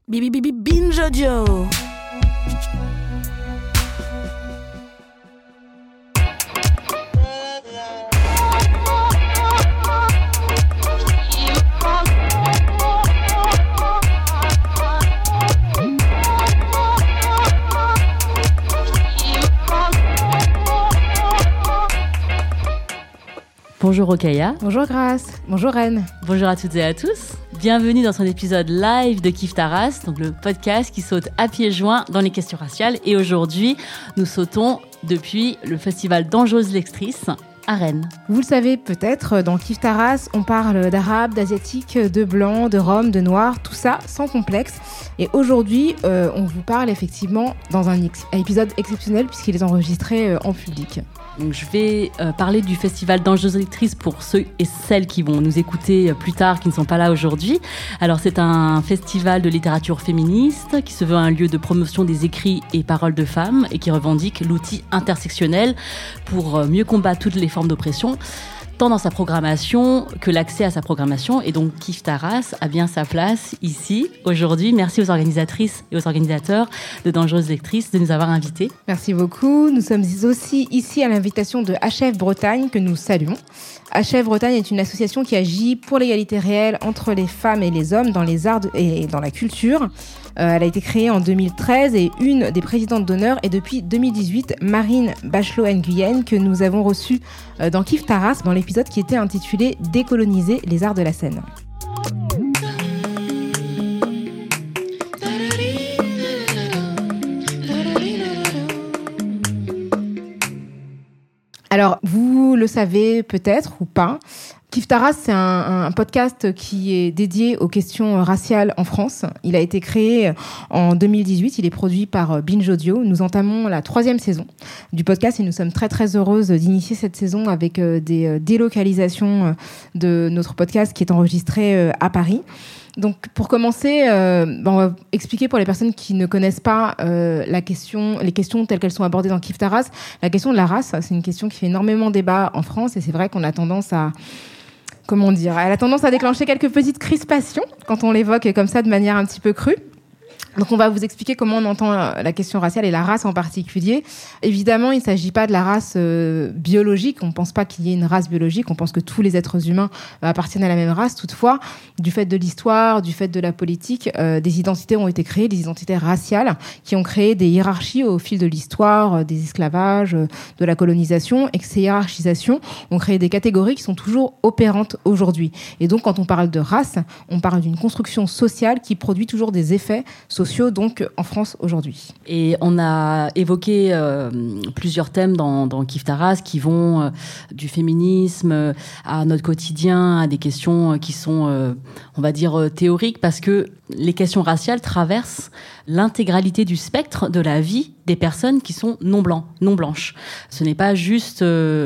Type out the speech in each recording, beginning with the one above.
Binge Audio. Bonjour Rokhaya. Bonjour Grace. Bonjour Reine. Bonjour à toutes et à tous. Bienvenue dans son épisode live de Kiffe ta race, donc le podcast qui saute à pieds joints dans les questions raciales. Et aujourd'hui, nous sautons depuis le festival d'Angers Lectrice à Rennes. Vous le savez peut-être, dans Kiffe ta race, on parle d'arabe, d'asiatique, de blanc, de rome, de noir, tout ça sans complexe. Et aujourd'hui, on vous parle effectivement dans un épisode exceptionnel puisqu'il est enregistré en public. Donc je vais parler du festival d'Angers Lectrice pour ceux et celles qui vont nous écouter plus tard, qui ne sont pas là aujourd'hui. Alors c'est un festival de littérature féministe qui se veut un lieu de promotion des écrits et paroles de femmes et qui revendique l'outil intersectionnel pour mieux combattre toutes les formes d'oppression, tant dans sa programmation que l'accès à sa programmation. Et donc Kiffe ta race a bien sa place ici, aujourd'hui. Merci aux organisatrices et aux organisateurs de Dangereuse Lectrice de nous avoir invités. Merci beaucoup. Nous sommes aussi ici à l'invitation de HF Bretagne, que nous saluons. HF Bretagne est une association qui agit pour l'égalité réelle entre les femmes et les hommes dans les arts et dans la culture. Elle a été créée en 2013 et une des présidentes d'honneur est depuis 2018 Marine Bachelot-Nguyen, que nous avons reçue dans Kiffe ta race dans l'épisode qui était intitulé « Décoloniser les arts de la scène ». Alors, vous le savez peut-être ou pas, Kiffe ta race, c'est un podcast qui est dédié aux questions raciales en France. Il a été créé en 2018, il est produit par Binge Audio. Nous entamons la 3e saison du podcast et nous sommes très très heureuses d'initier cette saison avec des délocalisations de notre podcast qui est enregistré à Paris. Donc, pour commencer, on va expliquer pour les personnes qui ne connaissent pas les questions telles qu'elles sont abordées dans Kiffe ta race. La question de la race, c'est une question qui fait énormément débat en France et c'est vrai qu'on a tendance à... elle a tendance à déclencher quelques petites crispations quand on l'évoque comme ça de manière un petit peu crue. Donc on va vous expliquer comment on entend la question raciale et la race en particulier. Évidemment, il ne s'agit pas de la race biologique. On ne pense pas qu'il y ait une race biologique. On pense que tous les êtres humains appartiennent à la même race. Toutefois, du fait de l'histoire, du fait de la politique, des identités ont été créées, des identités raciales qui ont créé des hiérarchies au fil de l'histoire, des esclavages, de la colonisation, et que ces hiérarchisations ont créé des catégories qui sont toujours opérantes aujourd'hui. Et donc, quand on parle de race, on parle d'une construction sociale qui produit toujours des effets sociaux, donc en France aujourd'hui. Et on a évoqué plusieurs thèmes dans Kiffe ta race qui vont du féminisme à notre quotidien, à des questions qui sont, on va dire, théoriques, parce que les questions raciales traversent l'intégralité du spectre de la vie des personnes qui sont non blanches. Ce n'est pas juste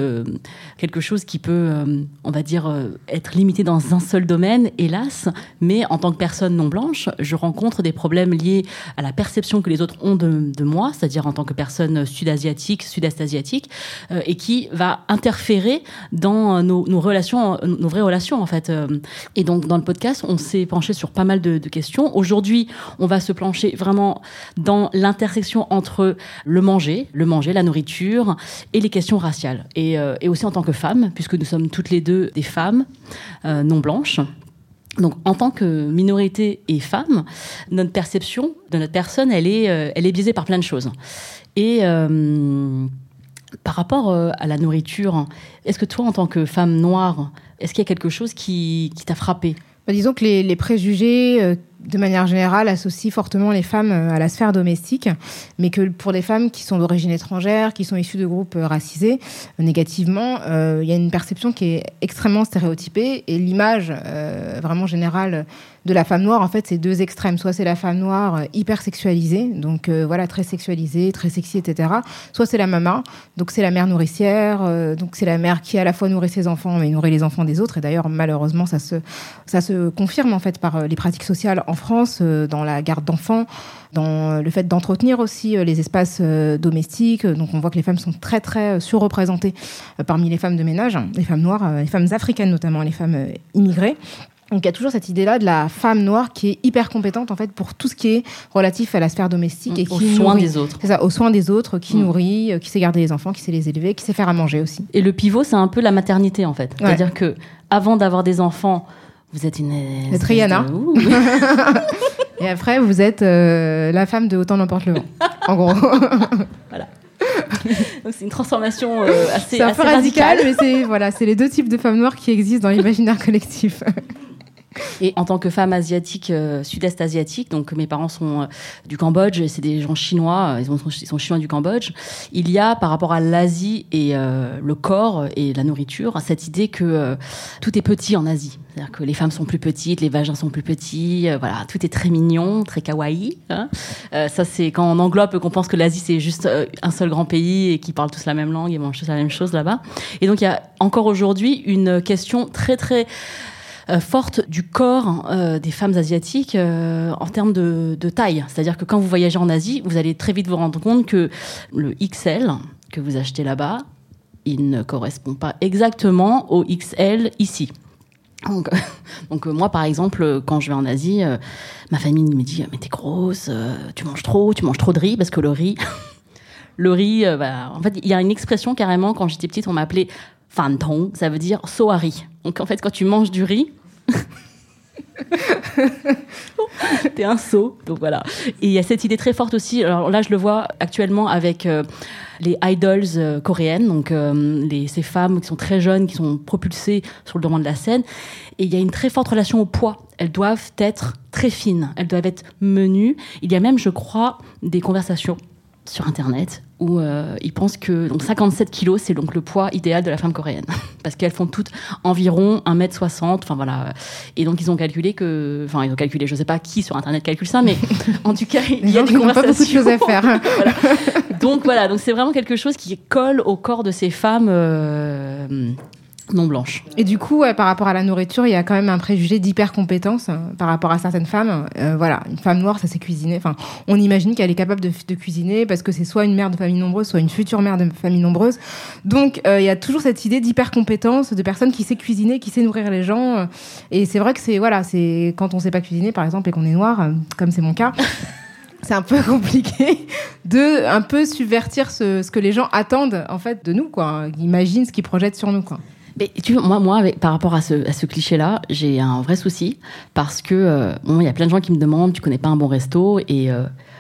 quelque chose qui peut, on va dire, être limité dans un seul domaine, hélas, mais en tant que personne non blanche, je rencontre des problèmes liés à la perception que les autres ont de moi, c'est-à-dire en tant que personne sud-asiatique, sud-est asiatique, et qui va interférer dans nos relations, nos vraies relations en fait. Et donc dans le podcast, on s'est penché sur pas mal de questions. Aujourd'hui, on va se pencher vraiment dans l'intersection entre le manger, la nourriture et les questions raciales. Et aussi en tant que femme, puisque nous sommes toutes les deux des femmes non blanches. Donc, en tant que minorité et femme, notre perception de notre personne, elle est biaisée par plein de choses. Et par rapport à la nourriture, est-ce que toi, en tant que femme noire, est-ce qu'il y a quelque chose qui t'a frappé ? Disons que les préjugés, de manière générale, associent fortement les femmes à la sphère domestique, mais que pour les femmes qui sont d'origine étrangère, qui sont issues de groupes racisés, négativement, il y a une perception qui est extrêmement stéréotypée, et l'image vraiment générale de la femme noire, en fait, c'est deux extrêmes. Soit c'est la femme noire hyper sexualisée, donc très sexualisée, très sexy, etc. Soit c'est la mama, donc c'est la mère nourricière, donc c'est la mère qui à la fois nourrit ses enfants, mais nourrit les enfants des autres. Et d'ailleurs, malheureusement, ça se confirme en fait par les pratiques sociales en France, dans la garde d'enfants, dans le fait d'entretenir aussi les espaces domestiques. Donc on voit que les femmes sont très très surreprésentées parmi les femmes de ménage, les femmes noires, les femmes africaines notamment, les femmes immigrées. Donc, il y a toujours cette idée-là de la femme noire qui est hyper compétente, en fait, pour tout ce qui est relatif à la sphère domestique. Et qui aux soins des autres. C'est ça, aux soins des autres, qui nourrit, qui sait garder les enfants, qui sait les élever, qui sait faire à manger aussi. Et le pivot, c'est un peu la maternité, en fait. Ouais. C'est-à-dire que avant d'avoir des enfants, vous êtes une... Vous êtes Rihanna. Et après, vous êtes la femme de Autant n'emporte le vent, en gros. Voilà. Donc c'est une transformation assez C'est un peu radicale. mais c'est les deux types de femmes noires qui existent dans l'imaginaire collectif. Et en tant que femme asiatique, sud-est asiatique, donc mes parents sont du Cambodge, et c'est des gens chinois, ils sont chinois du Cambodge. Il y a, par rapport à l'Asie et le corps et la nourriture, cette idée que tout est petit en Asie. C'est-à-dire que les femmes sont plus petites, les vagins sont plus petits, voilà, tout est très mignon, très kawaii. Hein. Ça, c'est quand on englobe, qu'on pense que l'Asie, c'est juste un seul grand pays et qu'ils parlent tous la même langue et mangent tous la même chose là-bas. Et donc, il y a encore aujourd'hui une question très, très forte du corps des femmes asiatiques en termes de taille. C'est-à-dire que quand vous voyagez en Asie, vous allez très vite vous rendre compte que le XL que vous achetez là-bas, il ne correspond pas exactement au XL ici. Donc moi, par exemple, quand je vais en Asie, ma famille me dit « Mais t'es grosse, tu manges trop de riz », parce que le riz... en fait, il y a une expression carrément, quand j'étais petite, on m'appelait « fan tong », ça veut dire « saut à riz ». Donc en fait, quand tu manges du riz... t'es un sot, donc voilà. Et il y a cette idée très forte aussi, alors là je le vois actuellement avec les idols coréennes, donc ces femmes qui sont très jeunes, qui sont propulsées sur le devant de la scène, et il y a une très forte relation au poids. Elles doivent être très fines, elles doivent être menues. Il y a même, je crois, des conversations sur Internet où ils pensent que donc 57 kilos, c'est donc le poids idéal de la femme coréenne. Parce qu'elles font toutes environ 1m60. Enfin, voilà. Et donc, ils ont calculé, je sais pas qui sur Internet calcule ça, mais en tout cas, il y a des conversations. Pas beaucoup de choses à faire. Voilà. Donc, c'est vraiment quelque chose qui colle au corps de ces femmes non blanches. Et du coup, par rapport à la nourriture, il y a quand même un préjugé d'hyper-compétence par rapport à certaines femmes. Voilà, une femme noire, ça sait cuisiner. Enfin, on imagine qu'elle est capable de cuisiner parce que c'est soit une mère de famille nombreuse, soit une future mère de famille nombreuse. Donc, il y a toujours cette idée d'hyper-compétence, de personne qui sait cuisiner, qui sait nourrir les gens. Et c'est vrai que c'est quand on sait pas cuisiner, par exemple, et qu'on est noir, comme c'est mon cas... C'est un peu compliqué de un peu subvertir ce que les gens attendent en fait de nous, quoi. Ils imaginent ce qu'ils projettent sur nous, quoi. Mais tu vois, moi par rapport à ce cliché-là, j'ai un vrai souci parce que il y a plein de gens qui me demandent, tu connais pas un bon resto et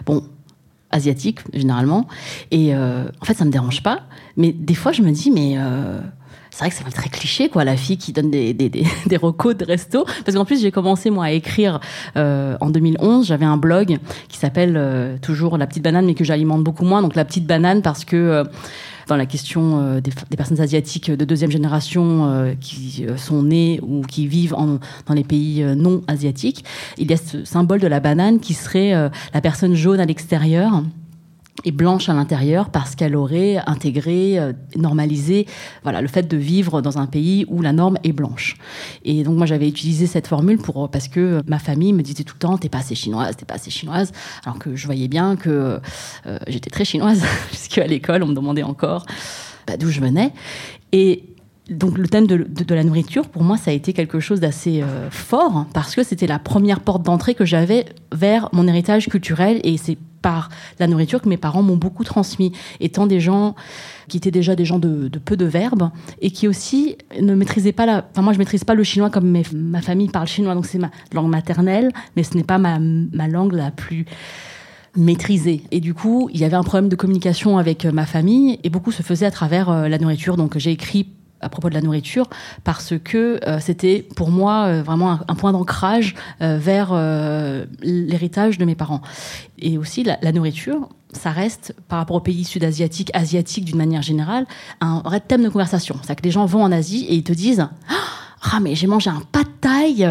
asiatique généralement, et en fait ça me dérange pas, mais des fois je me dis c'est vrai que c'est très cliché, quoi, la fille qui donne des recos de resto. Parce qu'en plus, j'ai commencé, moi, à écrire en 2011. J'avais un blog qui s'appelle toujours La Petite Banane, mais que j'alimente beaucoup moins. Donc, La Petite Banane, parce que dans la question des personnes asiatiques de deuxième génération qui sont nées ou qui vivent dans les pays non asiatiques, il y a ce symbole de la banane qui serait la personne jaune à l'extérieur et blanche à l'intérieur parce qu'elle aurait intégré, normalisé le fait de vivre dans un pays où la norme est blanche. Et donc moi j'avais utilisé cette formule parce que ma famille me disait tout le temps t'es pas assez chinoise, alors que je voyais bien que j'étais très chinoise puisqu'à l'école on me demandait encore d'où je venais. Et donc le thème de la nourriture, pour moi, ça a été quelque chose d'assez fort parce que c'était la première porte d'entrée que j'avais vers mon héritage culturel, et c'est par la nourriture que mes parents m'ont beaucoup transmis, étant des gens qui étaient déjà des gens de peu de verbe et qui aussi ne maîtrisaient pas moi je maîtrise pas le chinois comme ma famille parle chinois, donc c'est ma langue maternelle, mais ce n'est pas ma langue la plus maîtrisée. Et du coup, il y avait un problème de communication avec ma famille et beaucoup se faisait à travers la nourriture. Donc j'ai écrit à propos de la nourriture parce que c'était pour moi vraiment un point d'ancrage vers l'héritage de mes parents. Et aussi la nourriture, ça reste par rapport aux pays sud-asiatiques, asiatiques d'une manière générale, un vrai thème de conversation. C'est-à-dire que les gens vont en Asie et ils te disent ah mais j'ai mangé un pad thaï,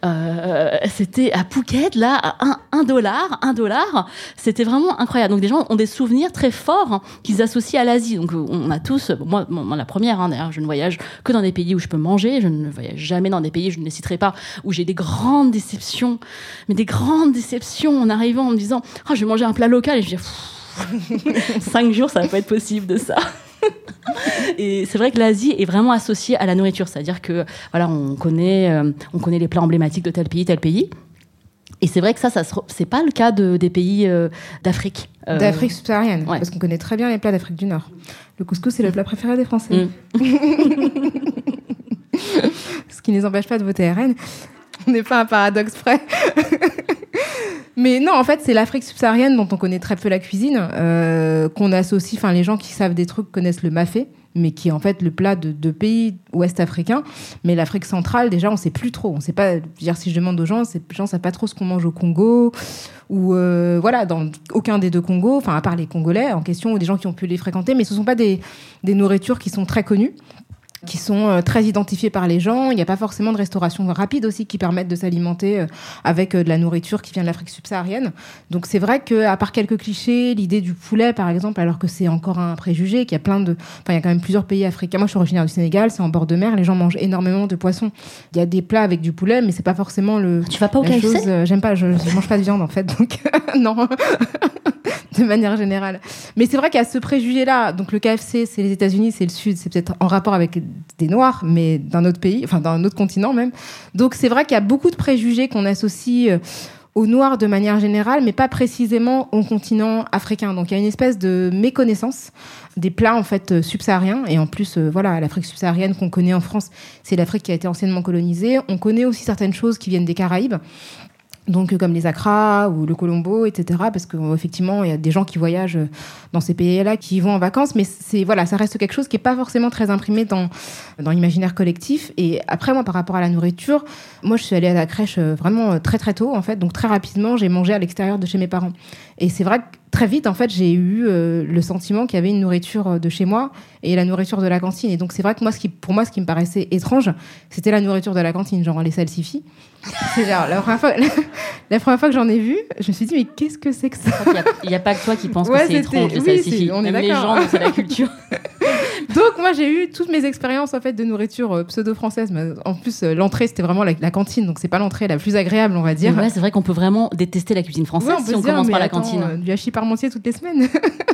c'était à Phuket là, à $1. C'était vraiment incroyable. Donc des gens ont des souvenirs très forts qu'ils associent à l'Asie. Donc on a tous, moi la première, d'ailleurs, je ne voyage que dans des pays où je peux manger, je ne voyage jamais dans des pays, je ne les citerai pas, où j'ai des grandes déceptions, en arrivant en me disant je vais manger un plat local, et je dis 5 jours ça va pas être possible de ça. Et c'est vrai que l'Asie est vraiment associée à la nourriture. C'est-à-dire que, voilà, on connaît les plats emblématiques de tel pays. Et c'est vrai que c'est pas le cas des pays d'Afrique. D'Afrique subsaharienne, ouais. Parce qu'on connaît très bien les plats d'Afrique du Nord. Le couscous, c'est le plat préféré des Français. Ce qui ne les empêche pas de voter RN. On n'est pas un paradoxe près. Mais non, en fait, c'est l'Afrique subsaharienne dont on connaît très peu la cuisine, qu'on associe, enfin, les gens qui savent des trucs connaissent le mafé, mais qui est en fait le plat de pays ouest-africains. Mais l'Afrique centrale, déjà, on sait plus trop. On sait pas, dire, si je demande aux gens, les gens savent pas trop ce qu'on mange au Congo, ou voilà, dans aucun des deux Congos, enfin, à part les Congolais en question, ou des gens qui ont pu les fréquenter, mais ce sont pas des nourritures qui sont très connues, qui sont très identifiés par les gens. Il n'y a pas forcément de restauration rapide aussi qui permettent de s'alimenter avec de la nourriture qui vient de l'Afrique subsaharienne. Donc c'est vrai qu'à part quelques clichés, l'idée du poulet par exemple, alors que c'est encore un préjugé, qu'il y a il y a quand même plusieurs pays africains. Moi je suis originaire du Sénégal, c'est en bord de mer, les gens mangent énormément de poissons. Il y a des plats avec du poulet, mais c'est pas forcément Tu vas pas au KFC ? J'aime pas, je mange pas de viande en fait, donc non. De manière générale. Mais c'est vrai qu'il y a ce préjugé-là. Donc le KFC, c'est les États-Unis, c'est le Sud, c'est peut-être en rapport avec des Noirs, mais d'un autre pays, enfin d'un autre continent même. Donc c'est vrai qu'il y a beaucoup de préjugés qu'on associe aux Noirs de manière générale, mais pas précisément au continent africain. Donc il y a une espèce de méconnaissance des plats en fait subsahariens. Et en plus, voilà, l'Afrique subsaharienne qu'on connaît en France, c'est l'Afrique qui a été anciennement colonisée. On connaît aussi certaines choses qui viennent des Caraïbes. Donc comme les Accra ou le Colombo, etc. Parce qu'effectivement, il y a des gens qui voyagent dans ces pays-là, qui y vont en vacances. Mais ça reste quelque chose qui n'est pas forcément très imprimé dans l'imaginaire collectif. Et après, moi, par rapport à la nourriture, moi, je suis allée à la crèche vraiment très, très tôt, en fait. Donc très rapidement, j'ai mangé à l'extérieur de chez mes parents. Et c'est vrai que très vite, en fait, j'ai eu le sentiment qu'il y avait une nourriture de chez moi et la nourriture de la cantine. Et donc c'est vrai que pour moi, ce qui me paraissait étrange, c'était la nourriture de la cantine, genre les salsifis. C'est genre, la première fois que j'en ai vu, je me suis dit, mais qu'est-ce que c'est que ça ? Il n'y a pas que toi qui pense que c'est étrange, les salsifis. Même les gens, c'est la culture. Donc, moi, j'ai eu toutes mes expériences en fait, de nourriture pseudo-française. Mais en plus, l'entrée, c'était vraiment la cantine. Donc, c'est pas l'entrée la plus agréable, on va dire. Ouais, c'est vrai qu'on peut vraiment détester la cuisine française si on commence par la cantine. Du hachis parmentier toutes les semaines.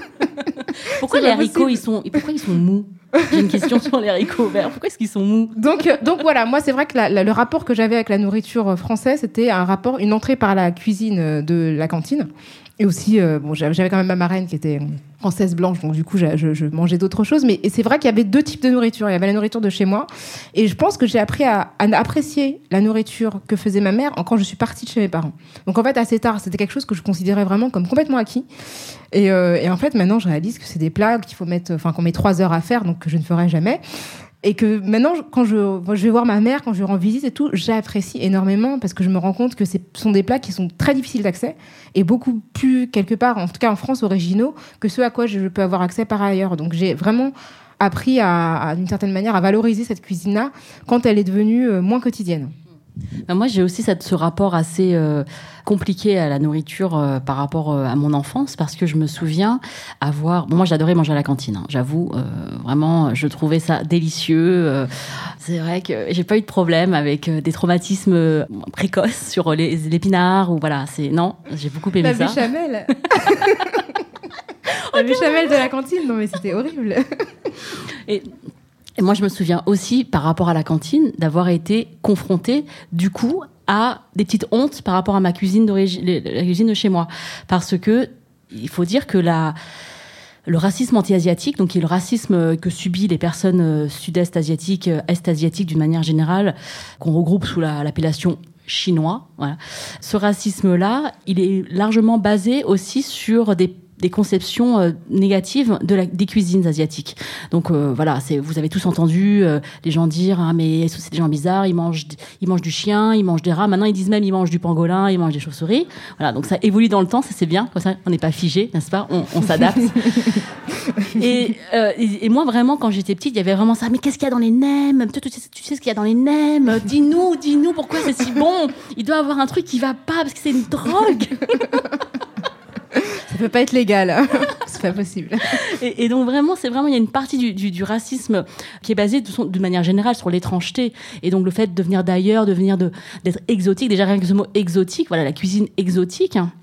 Pourquoi les haricots, ils sont mous ? J'ai une question sur les haricots verts. Pourquoi est-ce qu'ils sont mous ? Donc voilà, moi c'est vrai que le rapport que j'avais avec la nourriture française, c'était une entrée par la cuisine de la cantine. Et aussi, j'avais quand même ma marraine qui était française blanche, donc du coup, je mangeais d'autres choses. Mais c'est vrai qu'il y avait deux types de nourriture. Il y avait la nourriture de chez moi. Et je pense que j'ai appris à apprécier la nourriture que faisait ma mère quand je suis partie de chez mes parents. Donc en fait, assez tard, c'était quelque chose que je considérais vraiment comme complètement acquis. Et en fait, maintenant, je réalise que c'est des plats qu'on met 3 heures à faire, donc que je ne ferai jamais. Et que maintenant, quand je vais voir ma mère, quand je rends visite et tout, j'apprécie énormément parce que je me rends compte que ce sont des plats qui sont très difficiles d'accès et beaucoup plus, quelque part, en tout cas en France, originaux que ceux à quoi je peux avoir accès par ailleurs. Donc j'ai vraiment appris d'une certaine manière, à valoriser cette cuisine-là quand elle est devenue moins quotidienne. Moi, j'ai aussi ce rapport assez compliqué à la nourriture par rapport à mon enfance, parce que je me souviens moi, j'adorais manger à la cantine. Hein, j'avoue, vraiment, je trouvais ça délicieux. C'est vrai que j'ai pas eu de problème avec des traumatismes précoces sur les épinards ou voilà. Non, j'ai beaucoup aimé ça. La béchamel. La béchamel de la cantine, non mais c'était horrible. Et moi, je me souviens aussi, par rapport à la cantine, d'avoir été confrontée, du coup, à des petites hontes par rapport à ma cuisine d'origine, la cuisine de chez moi. Parce que, il faut dire que le racisme anti-asiatique, donc qui est le racisme que subissent les personnes sud-est asiatiques, est-asiatiques d'une manière générale, qu'on regroupe sous l'appellation chinois, voilà. Ce racisme-là, il est largement basé aussi sur des conceptions négatives des cuisines asiatiques. Donc voilà, vous avez tous entendu les gens dire mais c'est des gens bizarres, ils mangent du chien, ils mangent des rats. Maintenant ils disent même ils mangent du pangolin, ils mangent des chauves-souris. Voilà, donc ça évolue dans le temps, ça c'est bien. Comme ça, on n'est pas figé, n'est-ce pas ? On s'adapte. Et moi vraiment quand j'étais petite, il y avait vraiment ça. Mais qu'est-ce qu'il y a dans les nems ? Tu sais ce qu'il y a dans les nems ? Dis-nous pourquoi c'est si bon ? Il doit y avoir un truc qui va pas parce que c'est une drogue. Ça peut pas être légal, c'est pas possible. Et donc vraiment, il y a une partie du racisme qui est basée de manière générale sur l'étrangeté. Et donc le fait de venir d'ailleurs, d'être exotique, déjà rien que ce mot exotique, voilà, la cuisine exotique.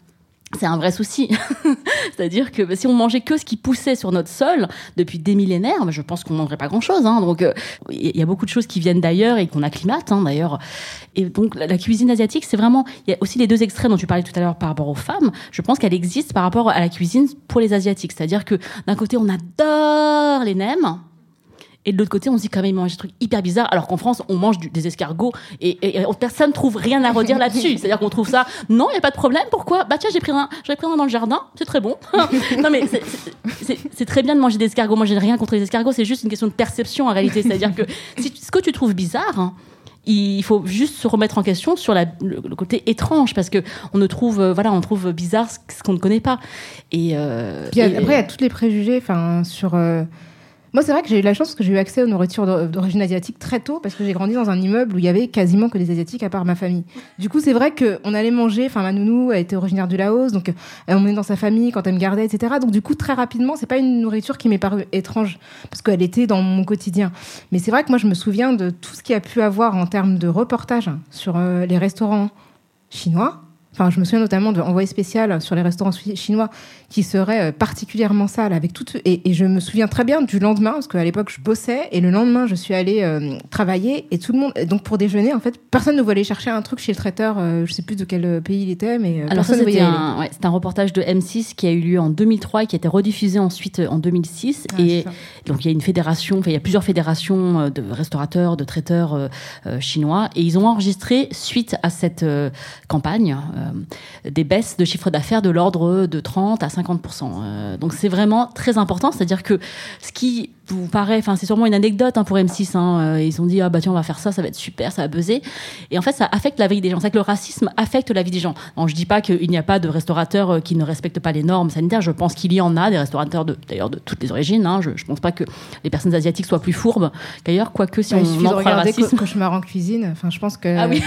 c'est un vrai souci. C'est-à-dire que si on mangeait que ce qui poussait sur notre sol depuis des millénaires, je pense qu'on ne mangerait pas grand-chose. Donc, il y a beaucoup de choses qui viennent d'ailleurs et qu'on acclimate, d'ailleurs. Et donc, la cuisine asiatique, c'est vraiment... Il y a aussi les deux extrêmes dont tu parlais tout à l'heure par rapport aux femmes. Je pense qu'elle existe par rapport à la cuisine pour les Asiatiques. C'est-à-dire que d'un côté, on adore les nems. Et de l'autre côté, on se dit quand même, ils mangent des trucs hyper bizarres, alors qu'en France, on mange des escargots et personne ne trouve rien à redire là-dessus. C'est-à-dire qu'on trouve ça, non, il n'y a pas de problème, pourquoi ? Bah tiens, j'avais pris un dans le jardin, c'est très bon. Non mais c'est très bien de manger des escargots. Moi, j'ai rien contre les escargots, c'est juste une question de perception en réalité. C'est-à-dire que ce que tu trouves bizarre, il faut juste se remettre en question sur le côté étrange, parce que on trouve bizarre ce qu'on ne connaît pas. Puis après, il y a tous les préjugés, sur... Moi, c'est vrai que j'ai eu la chance parce que j'ai eu accès aux nourritures d'origine asiatique très tôt, parce que j'ai grandi dans un immeuble où il y avait quasiment que des Asiatiques à part ma famille. Du coup, c'est vrai qu'on allait manger, ma nounou, elle était originaire du Laos, donc elle emmenait dans sa famille quand elle me gardait, etc. Donc du coup, très rapidement, c'est pas une nourriture qui m'est parue étrange, parce qu'elle était dans mon quotidien. Mais c'est vrai que moi, je me souviens de tout ce qu'il y a pu avoir en termes de reportages sur les restaurants chinois. Je me souviens notamment de Envoyé spécial sur les restaurants chinois qui seraient particulièrement sales avec tout. Et je me souviens très bien du lendemain, parce qu'à l'époque, je bossais. Et le lendemain, je suis allée travailler. Et tout le monde... Donc, pour déjeuner, en fait, personne ne voulait aller chercher un truc chez le traiteur. Je sais plus de quel pays il était, mais alors personne ça, ne voulait y aller. C'était un reportage de M6 qui a eu lieu en 2003 et qui a été rediffusé ensuite en 2006. Et donc, il y a une fédération, il y a plusieurs fédérations de restaurateurs, de traiteurs chinois. Et ils ont enregistré, suite à cette campagne, des baisses de chiffre d'affaires de l'ordre de 30 à 50%. Donc c'est vraiment très important, c'est-à-dire que ce qui vous paraît, c'est sûrement une anecdote pour M6, ils ont dit tiens, on va faire ça va être super, ça va buzzer, et en fait ça affecte la vie des gens. C'est que le racisme affecte la vie des gens. Alors, je dis pas qu'il n'y a pas de restaurateurs qui ne respectent pas les normes sanitaires, je pense qu'il y en a des restaurateurs d'ailleurs de toutes les origines, je pense pas que les personnes asiatiques soient plus fourbes qu'ailleurs, quoique si on en croit le racisme. Cauchemar en cuisine, je pense que ah oui.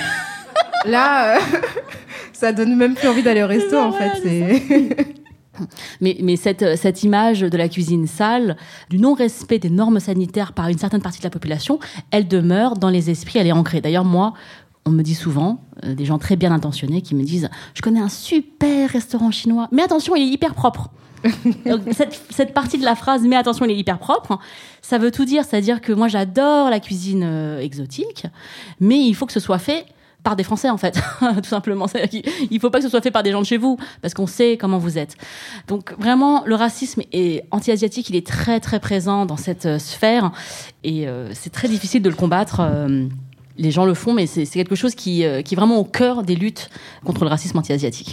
Là, ça donne même plus envie d'aller au resto, en fait. Mais cette image de la cuisine sale, du non-respect des normes sanitaires par une certaine partie de la population, elle demeure dans les esprits, elle est ancrée. D'ailleurs, moi, on me dit souvent, des gens très bien intentionnés qui me disent « Je connais un super restaurant chinois, mais attention, il est hyper propre ». Donc, cette partie de la phrase « mais attention, il est hyper propre », ça veut tout dire. C'est-à-dire que moi, j'adore la cuisine exotique, mais il faut que ce soit fait par des Français, en fait, tout simplement. Il ne faut pas que ce soit fait par des gens de chez vous, parce qu'on sait comment vous êtes. Donc, vraiment, le racisme anti-asiatique, il est très, très présent dans cette sphère, et c'est très difficile de le combattre. Les gens le font, mais c'est quelque chose qui est vraiment au cœur des luttes contre le racisme anti-asiatique.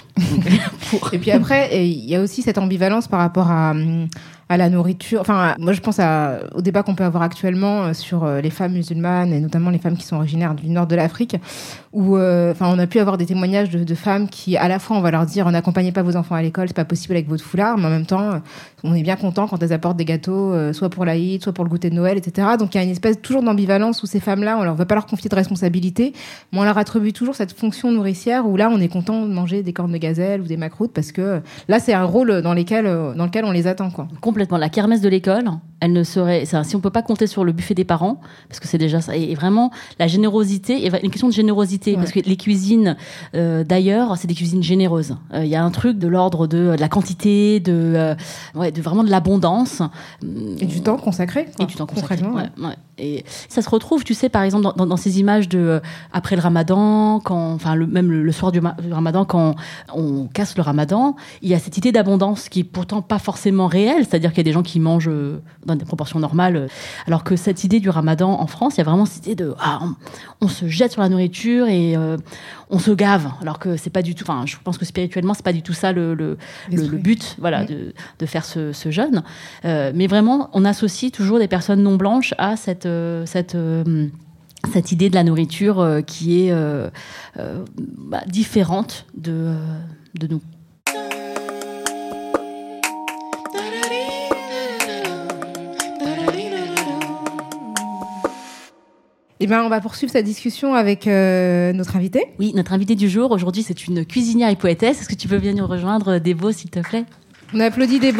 Et puis après, il y a aussi cette ambivalence par rapport à la nourriture. Moi, je pense au débat qu'on peut avoir actuellement sur les femmes musulmanes, et notamment les femmes qui sont originaires du nord de l'Afrique, où on a pu avoir des témoignages de femmes qui, à la fois, on va leur dire « n'accompagnez pas vos enfants à l'école, c'est pas possible avec votre foulard », mais en même temps, on est bien content quand elles apportent des gâteaux, soit pour l'Aïd, soit pour le goûter de Noël, etc. Donc, il y a une espèce toujours d'ambivalence où ces femmes-là, on leur veut pas leur confier de responsabilité, mais on leur attribue toujours cette fonction nourricière où là, on est content de manger des cornes de gazelle ou des macroutes, parce que là, c'est un rôle dans lequel on les attend, quoi. Complètement. La kermesse de l'école, elle ne serait... si on peut pas compter sur le buffet des parents, parce que c'est déjà ça, et vraiment, la générosité, et une question de générosité, parce que les cuisines d'ailleurs, c'est des cuisines généreuses. Il y a un truc de l'ordre de la quantité, de vraiment de l'abondance. Et du temps consacré. Quoi. Et du temps consacré, ouais. Et ça se retrouve, tu sais, par exemple, dans ces images de après le Ramadan, même le soir du Ramadan, quand on casse le Ramadan, il y a cette idée d'abondance qui est pourtant pas forcément réelle, c'est-à-dire qu'il y a des gens qui mangent dans des proportions normales, alors que cette idée du Ramadan en France, il y a vraiment cette idée de on se jette sur la nourriture et on se gave, alors que c'est pas du tout. Je pense que spirituellement, c'est pas du tout ça le but, de faire ce jeûne. Mais vraiment, on associe toujours des personnes non blanches à cette idée de la nourriture qui est différente de nous. On va poursuivre cette discussion avec notre invitée. Oui, notre invitée du jour, aujourd'hui, c'est une cuisinière et poétesse. Est-ce que tu peux venir nous rejoindre, Debo, s'il te plaît ? On applaudit Debo.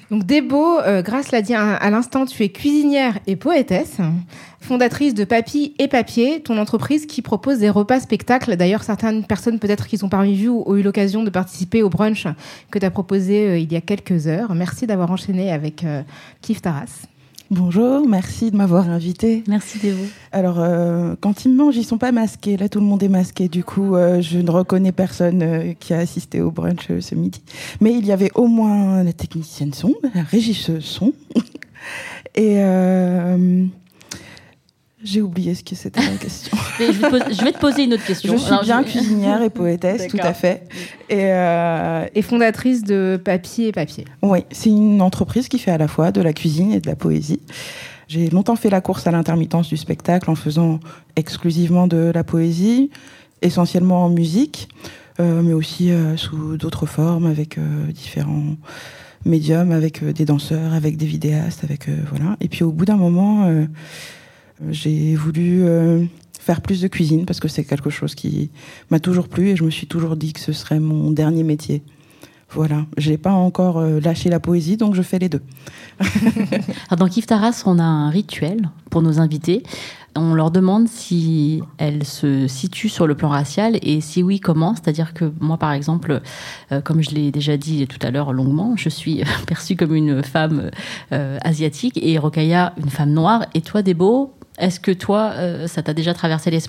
Donc Debo, Grâce l'a dit à l'instant, tu es cuisinière et poétesse, fondatrice de Papy et Papier, ton entreprise qui propose des repas spectacles. D'ailleurs, certaines personnes peut-être qui sont parmi vous ont eu l'occasion de participer au brunch que tu as proposé il y a quelques heures. Merci d'avoir enchaîné avec Kif Taras. Bonjour, merci de m'avoir invitée. Merci Debo. Alors, quand ils mangent, ils sont pas masqués. Là, tout le monde est masqué. Du coup, je ne reconnais personne qui a assisté au brunch ce midi. Mais il y avait au moins la technicienne son, la régisseuse son. Et j'ai oublié ce que c'était la question. Je vais te poser une autre question. Je suis bien cuisinière et poétesse, tout à fait. Et fondatrice de Papy et Papier. Oui, c'est une entreprise qui fait à la fois de la cuisine et de la poésie. J'ai longtemps fait la course à l'intermittence du spectacle en faisant exclusivement de la poésie, essentiellement en musique, mais aussi sous d'autres formes, avec différents médiums, avec des danseurs, avec des vidéastes, voilà. Et puis au bout d'un moment, j'ai voulu faire plus de cuisine parce que c'est quelque chose qui m'a toujours plu et je me suis toujours dit que ce serait mon dernier métier. Voilà, j'ai pas encore lâché la poésie, donc je fais les deux. Alors dans Kif Taras, on a un rituel pour nos invités. On leur demande si elles se situent sur le plan racial et si oui, comment. C'est-à-dire que moi, par exemple, comme je l'ai déjà dit tout à l'heure longuement, je suis perçue comme une femme asiatique et Rokhaya, une femme noire. Et toi, Debo, est-ce que toi, ça t'a déjà traversé l'esprit ?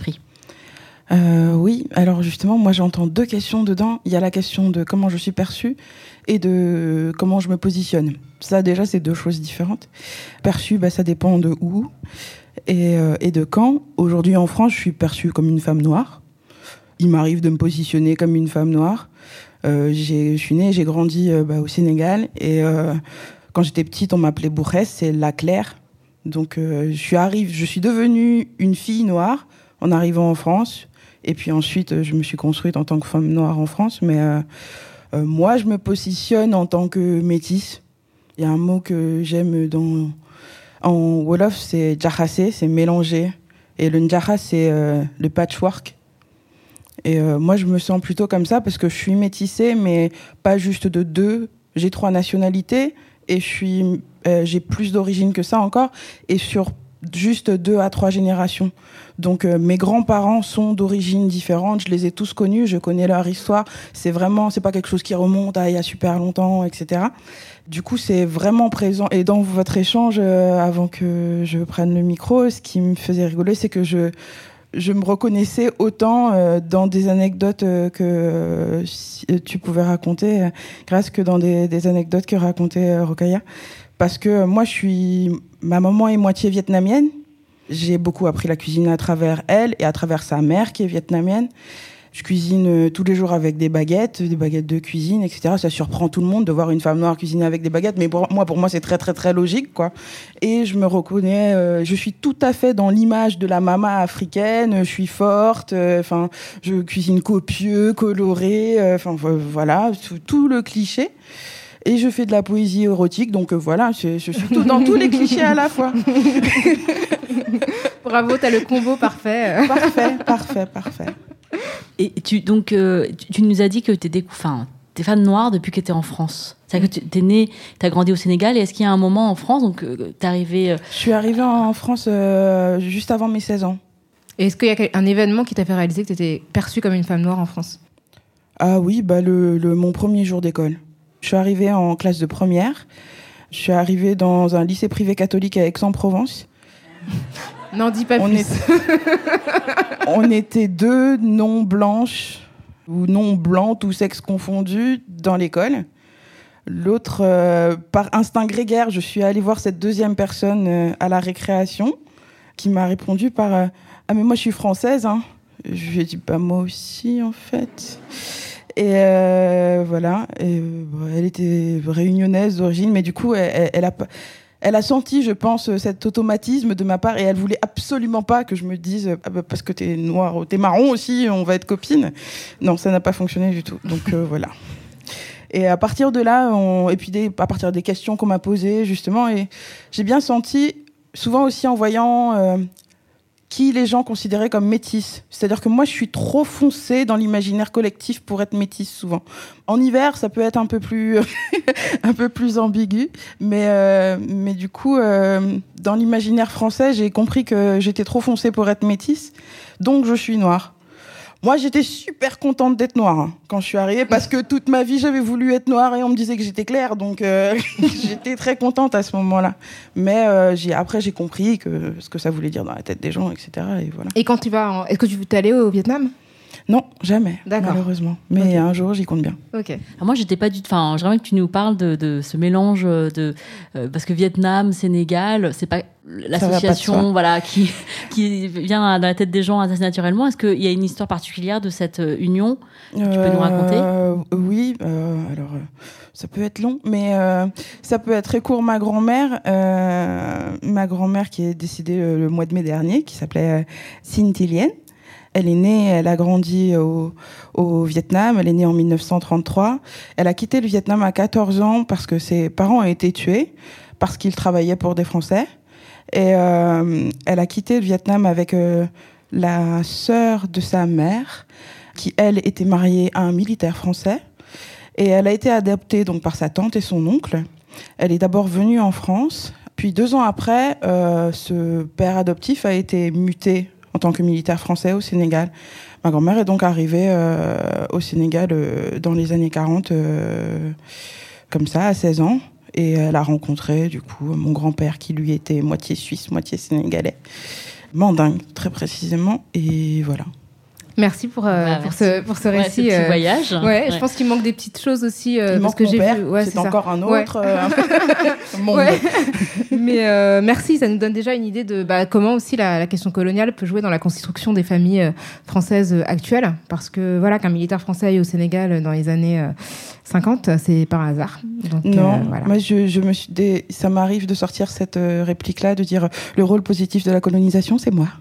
Oui, alors justement, moi j'entends deux questions dedans. Il y a la question de comment je suis perçue et de comment je me positionne. Ça déjà, c'est deux choses différentes. Perçue, ça dépend de où et de quand. Aujourd'hui en France, je suis perçue comme une femme noire. Il m'arrive de me positionner comme une femme noire. Je suis née, j'ai grandi au Sénégal et quand j'étais petite, on m'appelait Bourrès, c'est la Claire. Donc je suis devenue une fille noire en arrivant en France. Et puis ensuite, je me suis construite en tant que femme noire en France. Mais moi, je me positionne en tant que métisse. Il y a un mot que j'aime en Wolof, c'est djahassé, c'est mélanger. Et le ndjaha, c'est le patchwork. Et moi, je me sens plutôt comme ça parce que je suis métissée, mais pas juste de deux. J'ai 3 nationalités et j'ai plus d'origine que ça encore. Et sur juste 2 à 3 générations. Donc mes grands-parents sont d'origines différentes, je les ai tous connus, je connais leur histoire. C'est pas quelque chose qui remonte à il y a super longtemps, etc. Du coup, c'est vraiment présent. Et dans votre échange, avant que je prenne le micro, ce qui me faisait rigoler, c'est que je me reconnaissais autant dans des anecdotes que tu pouvais raconter, grâce que dans des anecdotes que racontait Rokhaya. Parce que moi, ma maman est moitié vietnamienne. J'ai beaucoup appris la cuisine à travers elle et à travers sa mère qui est vietnamienne. Je cuisine tous les jours avec des baguettes de cuisine, etc. Ça surprend tout le monde de voir une femme noire cuisiner avec des baguettes, mais pour moi, c'est très, très, très logique, quoi. Et je me reconnais, je suis tout à fait dans l'image de la maman africaine. Je suis forte, je cuisine copieux, coloré, voilà, tout le cliché. Et je fais de la poésie érotique, donc voilà, je suis dans tous les clichés à la fois. Bravo, t'as le combo parfait. Parfait. Et tu nous as dit que t'es femme noire depuis que t'es en France. C'est-à-dire que t'es née, t'as grandi au Sénégal, et est-ce qu'il y a un moment en France, donc t'es arrivée... Je suis arrivée en France juste avant mes 16 ans. Et est-ce qu'il y a un événement qui t'a fait réaliser que t'étais perçue comme une femme noire en France ? Ah oui, mon premier jour d'école. Je suis arrivée en classe de première. Je suis arrivée dans un lycée privé catholique à Aix-en-Provence. N'en dis pas plus. On était 2 non-blanches ou non-blancs, tous sexes confondus, dans l'école. L'autre, par instinct grégaire, je suis allée voir cette deuxième personne à la récréation qui m'a répondu par « Ah mais moi je suis française, hein ». Je lui ai dit « moi aussi en fait ». Et voilà, elle était réunionnaise d'origine, mais du coup, elle a senti, je pense, cet automatisme de ma part, et elle voulait absolument pas que je me dise parce que t'es noire ou t'es marron aussi, on va être copines. Non, ça n'a pas fonctionné du tout. Donc voilà. Et à partir de là, à partir des questions qu'on m'a posées justement, et j'ai bien senti, souvent aussi en voyant qui les gens considéraient comme métisse. C'est-à-dire que moi, je suis trop foncée dans l'imaginaire collectif pour être métisse souvent. En hiver, ça peut être un peu plus, un peu plus ambigu, mais du coup, dans l'imaginaire français, j'ai compris que j'étais trop foncée pour être métisse, donc je suis noire. Moi, j'étais super contente d'être noire quand je suis arrivée, parce que toute ma vie, j'avais voulu être noire et on me disait que j'étais claire, donc j'étais très contente à ce moment-là. Mais après, j'ai compris ce que ça voulait dire dans la tête des gens, etc. Et voilà. Et quand tu vas... Est-ce que tu es allée au Vietnam ? Non, jamais, D'accord. Malheureusement. Mais un jour, j'y compte bien. Ok. Alors moi, j'étais pas du tout. Enfin, j'aimerais que tu nous parles de ce mélange parce que Vietnam, Sénégal, c'est pas l'association, voilà, qui vient dans la tête des gens assez naturellement. Est-ce qu'il y a une histoire particulière de cette union que tu peux nous raconter ? Oui. Alors, ça peut être long, mais ça peut être très court. Ma grand-mère qui est décédée le mois de mai dernier, qui s'appelait Sinh Thi Lien. Elle a grandi au Vietnam, elle est née en 1933. Elle a quitté le Vietnam à 14 ans parce que ses parents ont été tués, parce qu'ils travaillaient pour des Français. Et elle a quitté le Vietnam avec la sœur de sa mère, qui, elle, était mariée à un militaire français. Et elle a été adoptée donc, par sa tante et son oncle. Elle est d'abord venue en France. Puis 2 ans après, ce père adoptif a été muté en tant que militaire français au Sénégal. Ma grand-mère est donc arrivée au Sénégal dans les années 40, comme ça, à 16 ans. Et elle a rencontré, du coup, mon grand-père qui, lui, était moitié suisse, moitié sénégalais. Mandingue, très précisément. Et voilà. Merci pour ce récit. Ce petit voyage. Ouais, je pense qu'il manque des petites choses aussi. Il manque que mon j'ai père, vu. Ouais, c'est encore un autre monde. Ouais. Mais merci, ça nous donne déjà une idée de comment aussi la question coloniale peut jouer dans la constitution des familles françaises actuelles. Parce que voilà, qu'un militaire français aille au Sénégal dans les années 50, c'est par hasard. Donc, non, voilà. moi ça m'arrive de sortir cette réplique-là, de dire le rôle positif de la colonisation, c'est moi.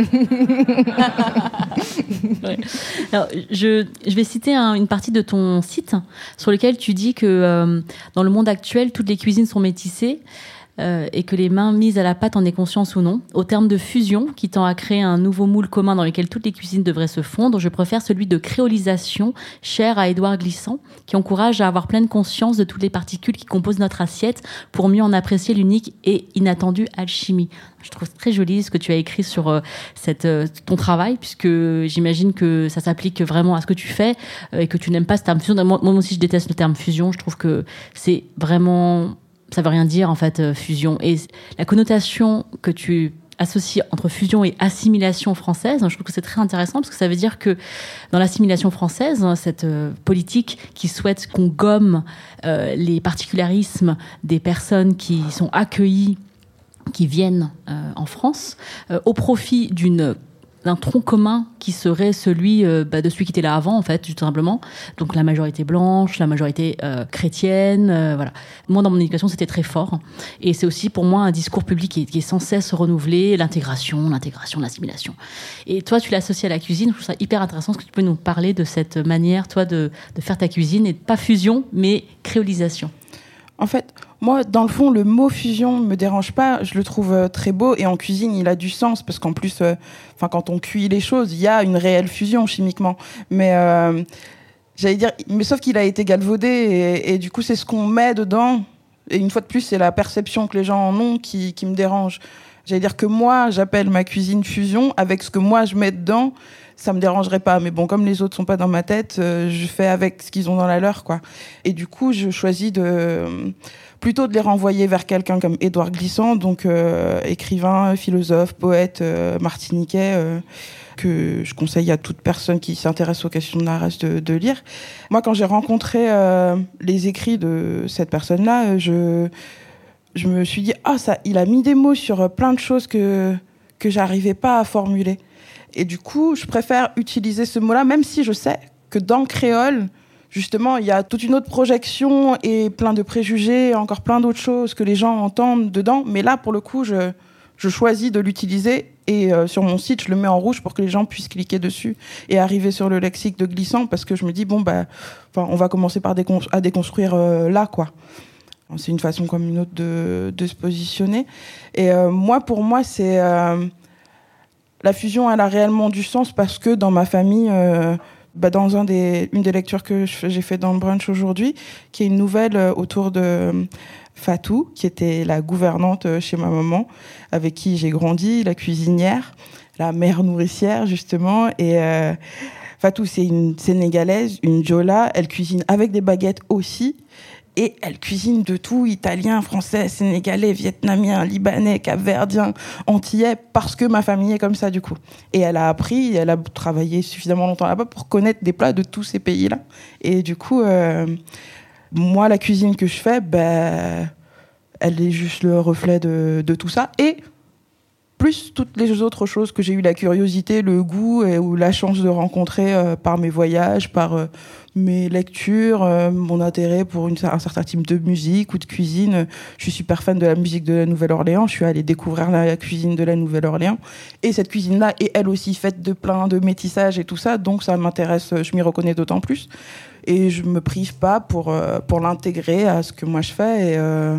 Ouais. Alors, je vais citer une partie de ton site sur lequel tu dis que dans le monde actuel, toutes les cuisines sont métissées et que les mains mises à la pâte en aient conscience ou non. Au terme de fusion, qui tend à créer un nouveau moule commun dans lequel toutes les cuisines devraient se fondre, je préfère celui de créolisation, cher à Édouard Glissant, qui encourage à avoir pleine conscience de toutes les particules qui composent notre assiette pour mieux en apprécier l'unique et inattendue alchimie. Je trouve très joli ce que tu as écrit sur ton travail, puisque j'imagine que ça s'applique vraiment à ce que tu fais et que tu n'aimes pas ce terme fusion. Moi aussi, je déteste le terme fusion. Je trouve que c'est vraiment... Ça veut rien dire, en fait, fusion. Et la connotation que tu associes entre fusion et assimilation française, je trouve que c'est très intéressant parce que ça veut dire que dans l'assimilation française, cette politique qui souhaite qu'on gomme les particularismes des personnes qui sont accueillies, qui viennent en France, au profit d'un tronc commun qui serait celui de celui qui était là avant, en fait, tout simplement. Donc la majorité blanche, la majorité chrétienne, voilà. Moi, dans mon éducation, c'était très fort. Et c'est aussi, pour moi, un discours public qui est sans cesse renouvelé, l'intégration, l'assimilation. Et toi, tu l'associes à la cuisine. Je trouve ça hyper intéressant. Est-ce que tu peux nous parler de cette manière, toi, de faire ta cuisine, et pas fusion, mais créolisation? En fait, moi, dans le fond, le mot fusion me dérange pas. Je le trouve très beau. Et en cuisine, il a du sens. Parce qu'en plus, quand on cuit les choses, il y a une réelle fusion chimiquement. Mais j'allais dire, mais sauf qu'il a été galvaudé. Et du coup, c'est ce qu'on met dedans. Et une fois de plus, c'est la perception que les gens en ont qui me dérange. J'allais dire que moi, j'appelle ma cuisine fusion. Avec ce que moi, je mets dedans, ça me dérangerait pas. Mais bon, comme les autres sont pas dans ma tête, je fais avec ce qu'ils ont dans la leur, quoi. Et du coup, je choisis plutôt de les renvoyer vers quelqu'un comme Édouard Glissant, donc écrivain, philosophe, poète martiniquais, que je conseille à toute personne qui s'intéresse aux questions de la race de lire. Moi, quand j'ai rencontré les écrits de cette personne-là, je me suis dit, il a mis des mots sur plein de choses que j'arrivais pas à formuler. Et du coup, je préfère utiliser ce mot-là, même si je sais que dans le créole, justement, il y a toute une autre projection et plein de préjugés, encore plein d'autres choses que les gens entendent dedans. Mais là, pour le coup, je choisis de l'utiliser et sur mon site, je le mets en rouge pour que les gens puissent cliquer dessus et arriver sur le lexique de Glissant, parce que je me dis, on va commencer par à déconstruire là, quoi. C'est une façon comme une autre de se positionner. Et pour moi, c'est... la fusion, elle a réellement du sens parce que dans ma famille, dans une des lectures que j'ai fait dans le brunch aujourd'hui, qui est une nouvelle autour de Fatou, qui était la gouvernante chez ma maman, avec qui j'ai grandi, la cuisinière, la mère nourricière, justement. Et Fatou, c'est une Sénégalaise, une Jola. Elle cuisine avec des baguettes aussi. Et elle cuisine de tout, italien, français, sénégalais, vietnamien, libanais, capverdien, antillais, parce que ma famille est comme ça, du coup. Et elle a appris, elle a travaillé suffisamment longtemps là-bas pour connaître des plats de tous ces pays-là. Et du coup, moi, la cuisine que je fais, elle est juste le reflet de tout ça. Et plus toutes les autres choses que j'ai eu la curiosité, le goût ou la chance de rencontrer par mes voyages, par mes lectures, mon intérêt pour un certain type de musique ou de cuisine. Je suis super fan de la musique de la Nouvelle-Orléans. Je suis allée découvrir la cuisine de la Nouvelle-Orléans. Et cette cuisine-là est elle aussi faite de plein de métissages et tout ça. Donc ça m'intéresse, je m'y reconnais d'autant plus. Et je me prive pas pour l'intégrer à ce que moi je fais.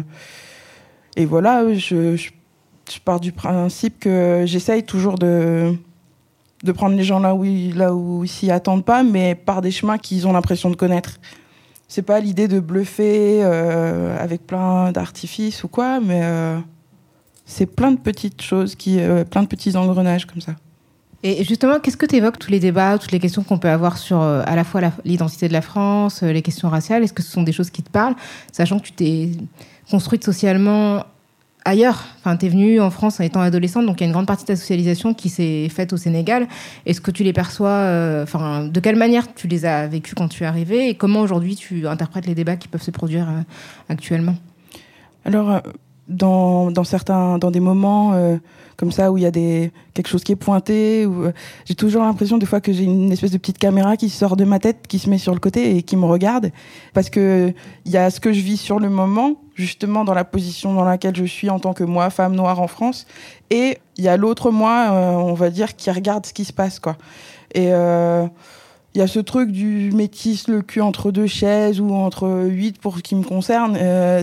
Et voilà, je pars du principe que j'essaye toujours de prendre les gens là où ils s'y attendent pas, mais par des chemins qu'ils ont l'impression de connaître. C'est pas l'idée de bluffer avec plein d'artifices ou quoi, mais c'est plein de petites choses, plein de petits engrenages comme ça. Et justement, qu'est-ce que tu évoques tous les débats, toutes les questions qu'on peut avoir sur à la fois l'identité de la France, les questions raciales? Est-ce que ce sont des choses qui te parlent, sachant que tu t'es construite socialement ailleurs? Enfin, t'es venue en France en étant adolescente, donc il y a une grande partie de ta socialisation qui s'est faite au Sénégal. Est-ce que tu les perçois, de quelle manière tu les as vécues quand tu es arrivée, et comment aujourd'hui tu interprètes les débats qui peuvent se produire actuellement? Alors, dans des moments comme ça où il y a quelque chose qui est pointé, où j'ai toujours l'impression des fois que j'ai une espèce de petite caméra qui sort de ma tête, qui se met sur le côté et qui me regarde, parce que il y a ce que je vis sur le moment, justement dans la position dans laquelle je suis en tant que moi, femme noire en France, et il y a l'autre moi, on va dire, qui regarde ce qui se passe, quoi. Et il y a ce truc du métis, le cul entre deux chaises, ou entre 8 pour ce qui me concerne,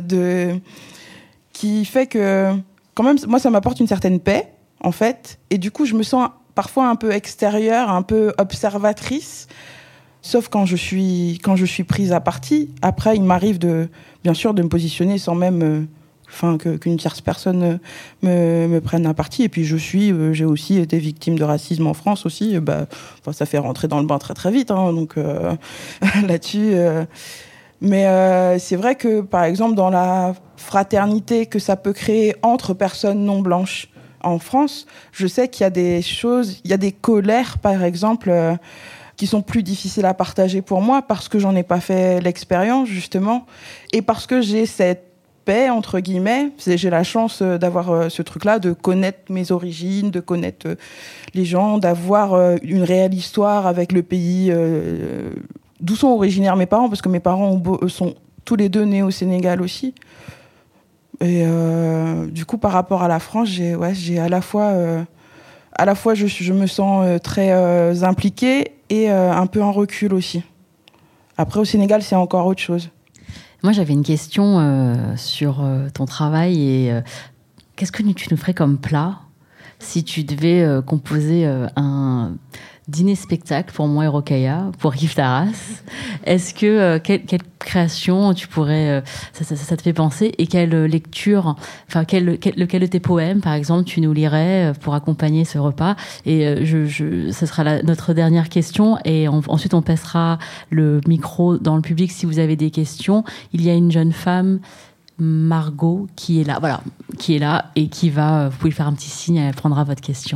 qui fait que, quand même, moi, ça m'apporte une certaine paix, en fait. Et du coup, je me sens parfois un peu extérieure, un peu observatrice, sauf quand je suis prise à partie. Après, il m'arrive bien sûr, de me positionner sans même, qu'une tierce personne me prenne à partie. Et puis, j'ai aussi été victime de racisme en France aussi. Ça fait rentrer dans le bain très, très vite, hein, donc, là-dessus. Mais c'est vrai que, par exemple, dans la fraternité que ça peut créer entre personnes non blanches en France, je sais qu'il y a des choses, il y a des colères, par exemple, qui sont plus difficiles à partager pour moi parce que j'en ai pas fait l'expérience, justement, et parce que j'ai cette paix, entre guillemets. J'ai la chance d'avoir ce truc-là, de connaître mes origines, de connaître les gens, d'avoir une réelle histoire avec le pays d'où sont originaires mes parents, parce que mes parents sont tous les deux nés au Sénégal aussi. Et du coup, par rapport à la France, j'ai à la fois je me sens très impliquée et un peu en recul aussi. Après, au Sénégal, c'est encore autre chose. Moi, j'avais une question sur ton travail et qu'est-ce que tu nous ferais comme plat si tu devais composer un dîner-spectacle pour moi et Rokhaya, pour Kif Taras? Est-ce que quelle création tu pourrais ça te fait penser, et quelle lecture, lequel de tes poèmes par exemple tu nous lirais pour accompagner ce repas? Et ce sera notre dernière question, et ensuite on passera le micro dans le public si vous avez des questions. Il y a une jeune femme, Margot, qui est là et qui va, vous pouvez faire un petit signe, elle prendra votre question.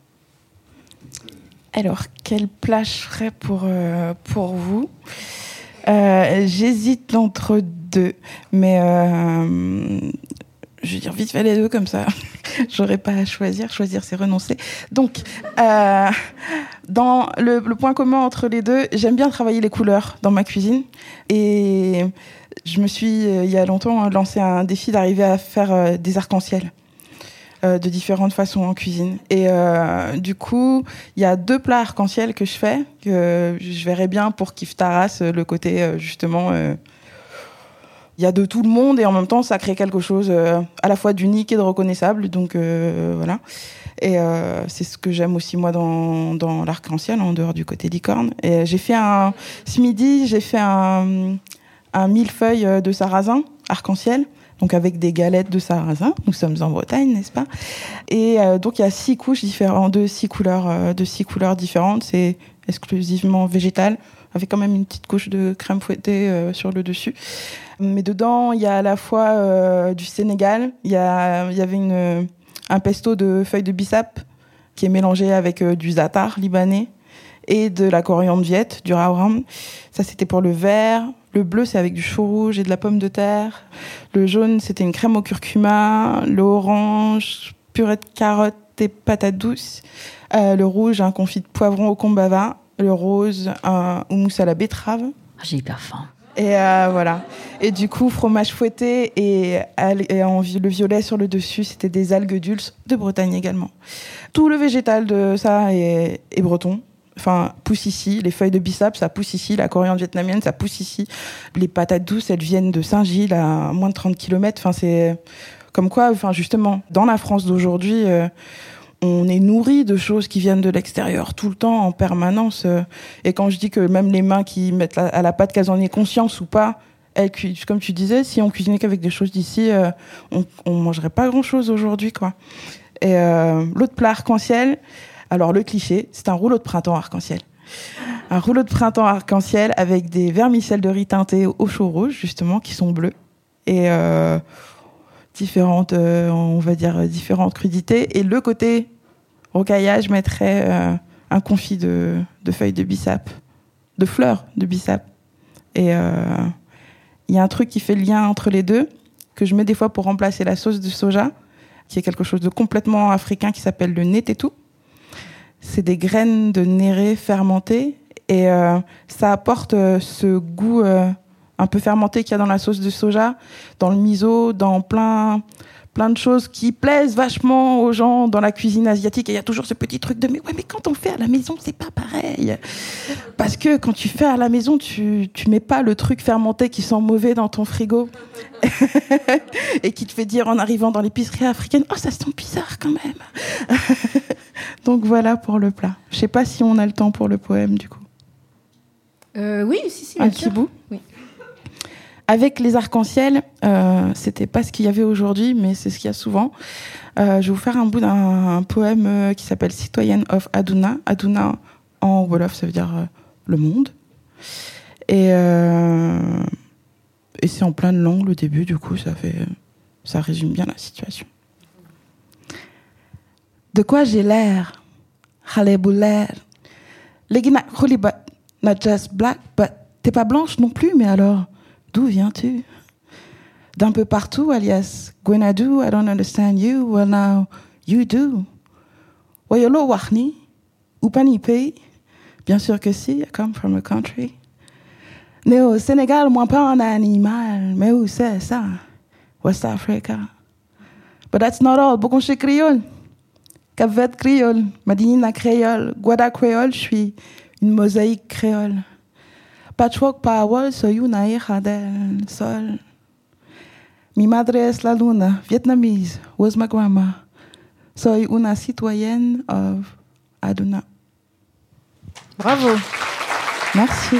Alors, quel plat je ferais pour vous? J'hésite entre deux, mais je vais dire vite fait les deux, comme ça. J'aurais pas à choisir. Choisir, c'est renoncer. Donc, dans le point commun entre les deux, j'aime bien travailler les couleurs dans ma cuisine. Et je me suis, il y a longtemps, lancé un défi d'arriver à faire des arcs-en-ciel. De différentes façons en cuisine. Et du coup, il y a 2 plats arc-en-ciel que je fais, que je verrais bien pour Kif Taras, le côté justement... il y a de tout le monde, et en même temps, ça crée quelque chose à la fois d'unique et de reconnaissable. Donc voilà. Et c'est ce que j'aime aussi moi dans l'arc-en-ciel, en dehors du côté licorne. Et ce midi, j'ai fait un millefeuille de sarrasin arc-en-ciel, donc avec des galettes de sarrasin. Nous sommes en Bretagne, n'est-ce pas? Et donc il y a 6 couches différentes, de 6 couleurs différentes. C'est exclusivement végétal, avec quand même une petite couche de crème fouettée sur le dessus. Mais dedans, il y a à la fois du Sénégal, il y avait un pesto de feuilles de bissap qui est mélangé avec du za'atar libanais et de la coriandre viette, du rawram. Ça, c'était pour le vert. Le bleu, c'est avec du chou rouge et de la pomme de terre. Le jaune, c'était une crème au curcuma. L'orange, purée de carottes et patates douces. Le rouge, un confit de poivron au kombava. Le rose, un houmous à la betterave. J'ai hyper faim. Et voilà. Et du coup, fromage fouetté et le violet sur le dessus, c'était des algues dulces de Bretagne également. Tout le végétal de ça est breton. Enfin, pousse ici. Les feuilles de bissap, ça pousse ici. La coriandre vietnamienne, ça pousse ici. Les patates douces, elles viennent de Saint-Gilles à moins de 30 km. Enfin, c'est comme quoi, enfin, justement, dans la France d'aujourd'hui, on est nourri de choses qui viennent de l'extérieur tout le temps, en permanence. Et quand je dis que même les mains qui mettent à la pâte, qu'elles en aient conscience ou pas, comme tu disais, si on cuisinait qu'avec des choses d'ici, on mangerait pas grand-chose aujourd'hui, quoi. Et l'autre plat arc-en-ciel, alors le cliché, c'est un rouleau de printemps arc-en-ciel. Un rouleau de printemps arc-en-ciel avec des vermicelles de riz teintés au chou rouge, justement, qui sont bleus. Et différentes crudités. Et le côté rocaillage, je mettrais un confit de feuilles de bissap, de fleurs de bissap. Et il y a un truc qui fait le lien entre les deux, que je mets des fois pour remplacer la sauce de soja, qui est quelque chose de complètement africain qui s'appelle le netetu. C'est des graines de néré fermentées et ça apporte ce goût un peu fermenté qu'il y a dans la sauce de soja, dans le miso, dans plein de choses qui plaisent vachement aux gens dans la cuisine asiatique. Et il y a toujours ce petit truc de mais quand on fait à la maison, c'est pas pareil. Parce que quand tu fais à la maison, tu mets pas le truc fermenté qui sent mauvais dans ton frigo et qui te fait dire en arrivant dans l'épicerie africaine, oh ça sent bizarre quand même. Donc voilà pour le plat. Je sais pas si on a le temps pour le poème du coup. Oui, si. Un petit bout. Oui. Avec les arcs-en-ciel, c'était pas ce qu'il y avait aujourd'hui, mais c'est ce qu'il y a souvent. Je vais vous faire un bout d'un poème qui s'appelle Citoyenne of Aduna. Aduna, en Wolof, ça veut dire le monde. Et c'est en pleine langue, le début, du coup, ça résume bien la situation. De quoi j'ai l'air? Haleboulair. Legina Kholibat, not just black, but t'es pas blanche non plus, mais alors... D'où viens-tu? D'un peu partout, alias Gwenadu, I don't understand you. Well, now, you do. Wayolo Wahni? Upanipe? Bien sûr que si, I come from a country. Né au Sénégal, moi pas un animal, mais où c'est ça? West Africa. But that's not all. Bokonche créole. Cap-Vert créole. Madinina créole. Guada créole, je suis une mosaïque créole. Patchwork Power, soy una hija del sol. Mi madre es la luna, vietnamese, was my grandma. Soy una citoyenne of Aduna. Bravo. Merci.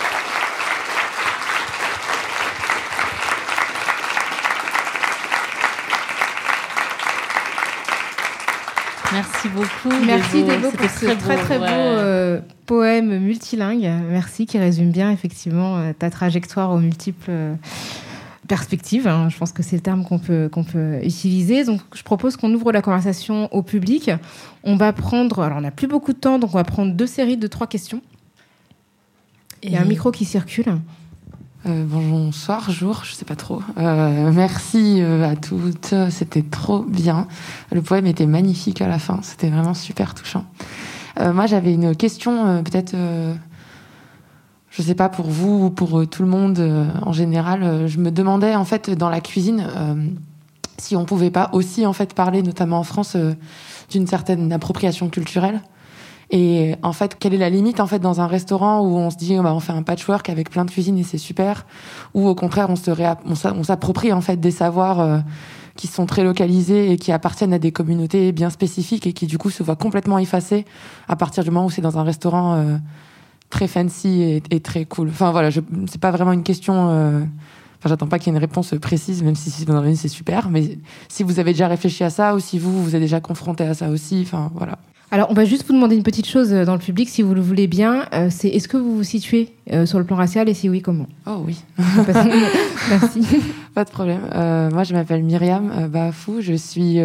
Merci beaucoup. Merci Débo pour ce très ouais. beau poème multilingue. Merci, qui résume bien effectivement ta trajectoire aux multiples perspectives. Je pense que c'est le terme qu'on peut utiliser. Donc je propose qu'on ouvre la conversation au public. On va prendre, alors on n'a plus beaucoup de temps, donc on va prendre 2 séries de 3 questions. Il y a un micro qui circule. Bonsoir, jour, je sais pas trop. Merci à toutes, c'était trop bien. Le poème était magnifique à la fin, c'était vraiment super touchant. Moi, j'avais une question, peut-être, je sais pas, pour vous ou pour tout le monde en général. Je me demandais, en fait, dans la cuisine, si on pouvait pas aussi, en fait, parler, notamment en France, d'une certaine appropriation culturelle. Et en fait, quelle est la limite en fait dans un restaurant où on se dit on fait un patchwork avec plein de cuisines et c'est super, ou au contraire on s'approprie en fait des savoirs qui sont très localisés et qui appartiennent à des communautés bien spécifiques et qui du coup se voient complètement effacés à partir du moment où c'est dans un restaurant très fancy et très cool. Enfin voilà, c'est pas vraiment une question. J'attends pas qu'il y ait une réponse précise, même si vous en avez une, c'est super. Mais si vous avez déjà réfléchi à ça, ou si vous êtes déjà confronté à ça aussi, enfin voilà. Alors, on va juste vous demander une petite chose dans le public, si vous le voulez bien. C'est est-ce que vous vous situez sur le plan racial et si oui, comment ? Oh oui. Merci. Pas de problème. Moi, je m'appelle Myriam Bafou. Je suis,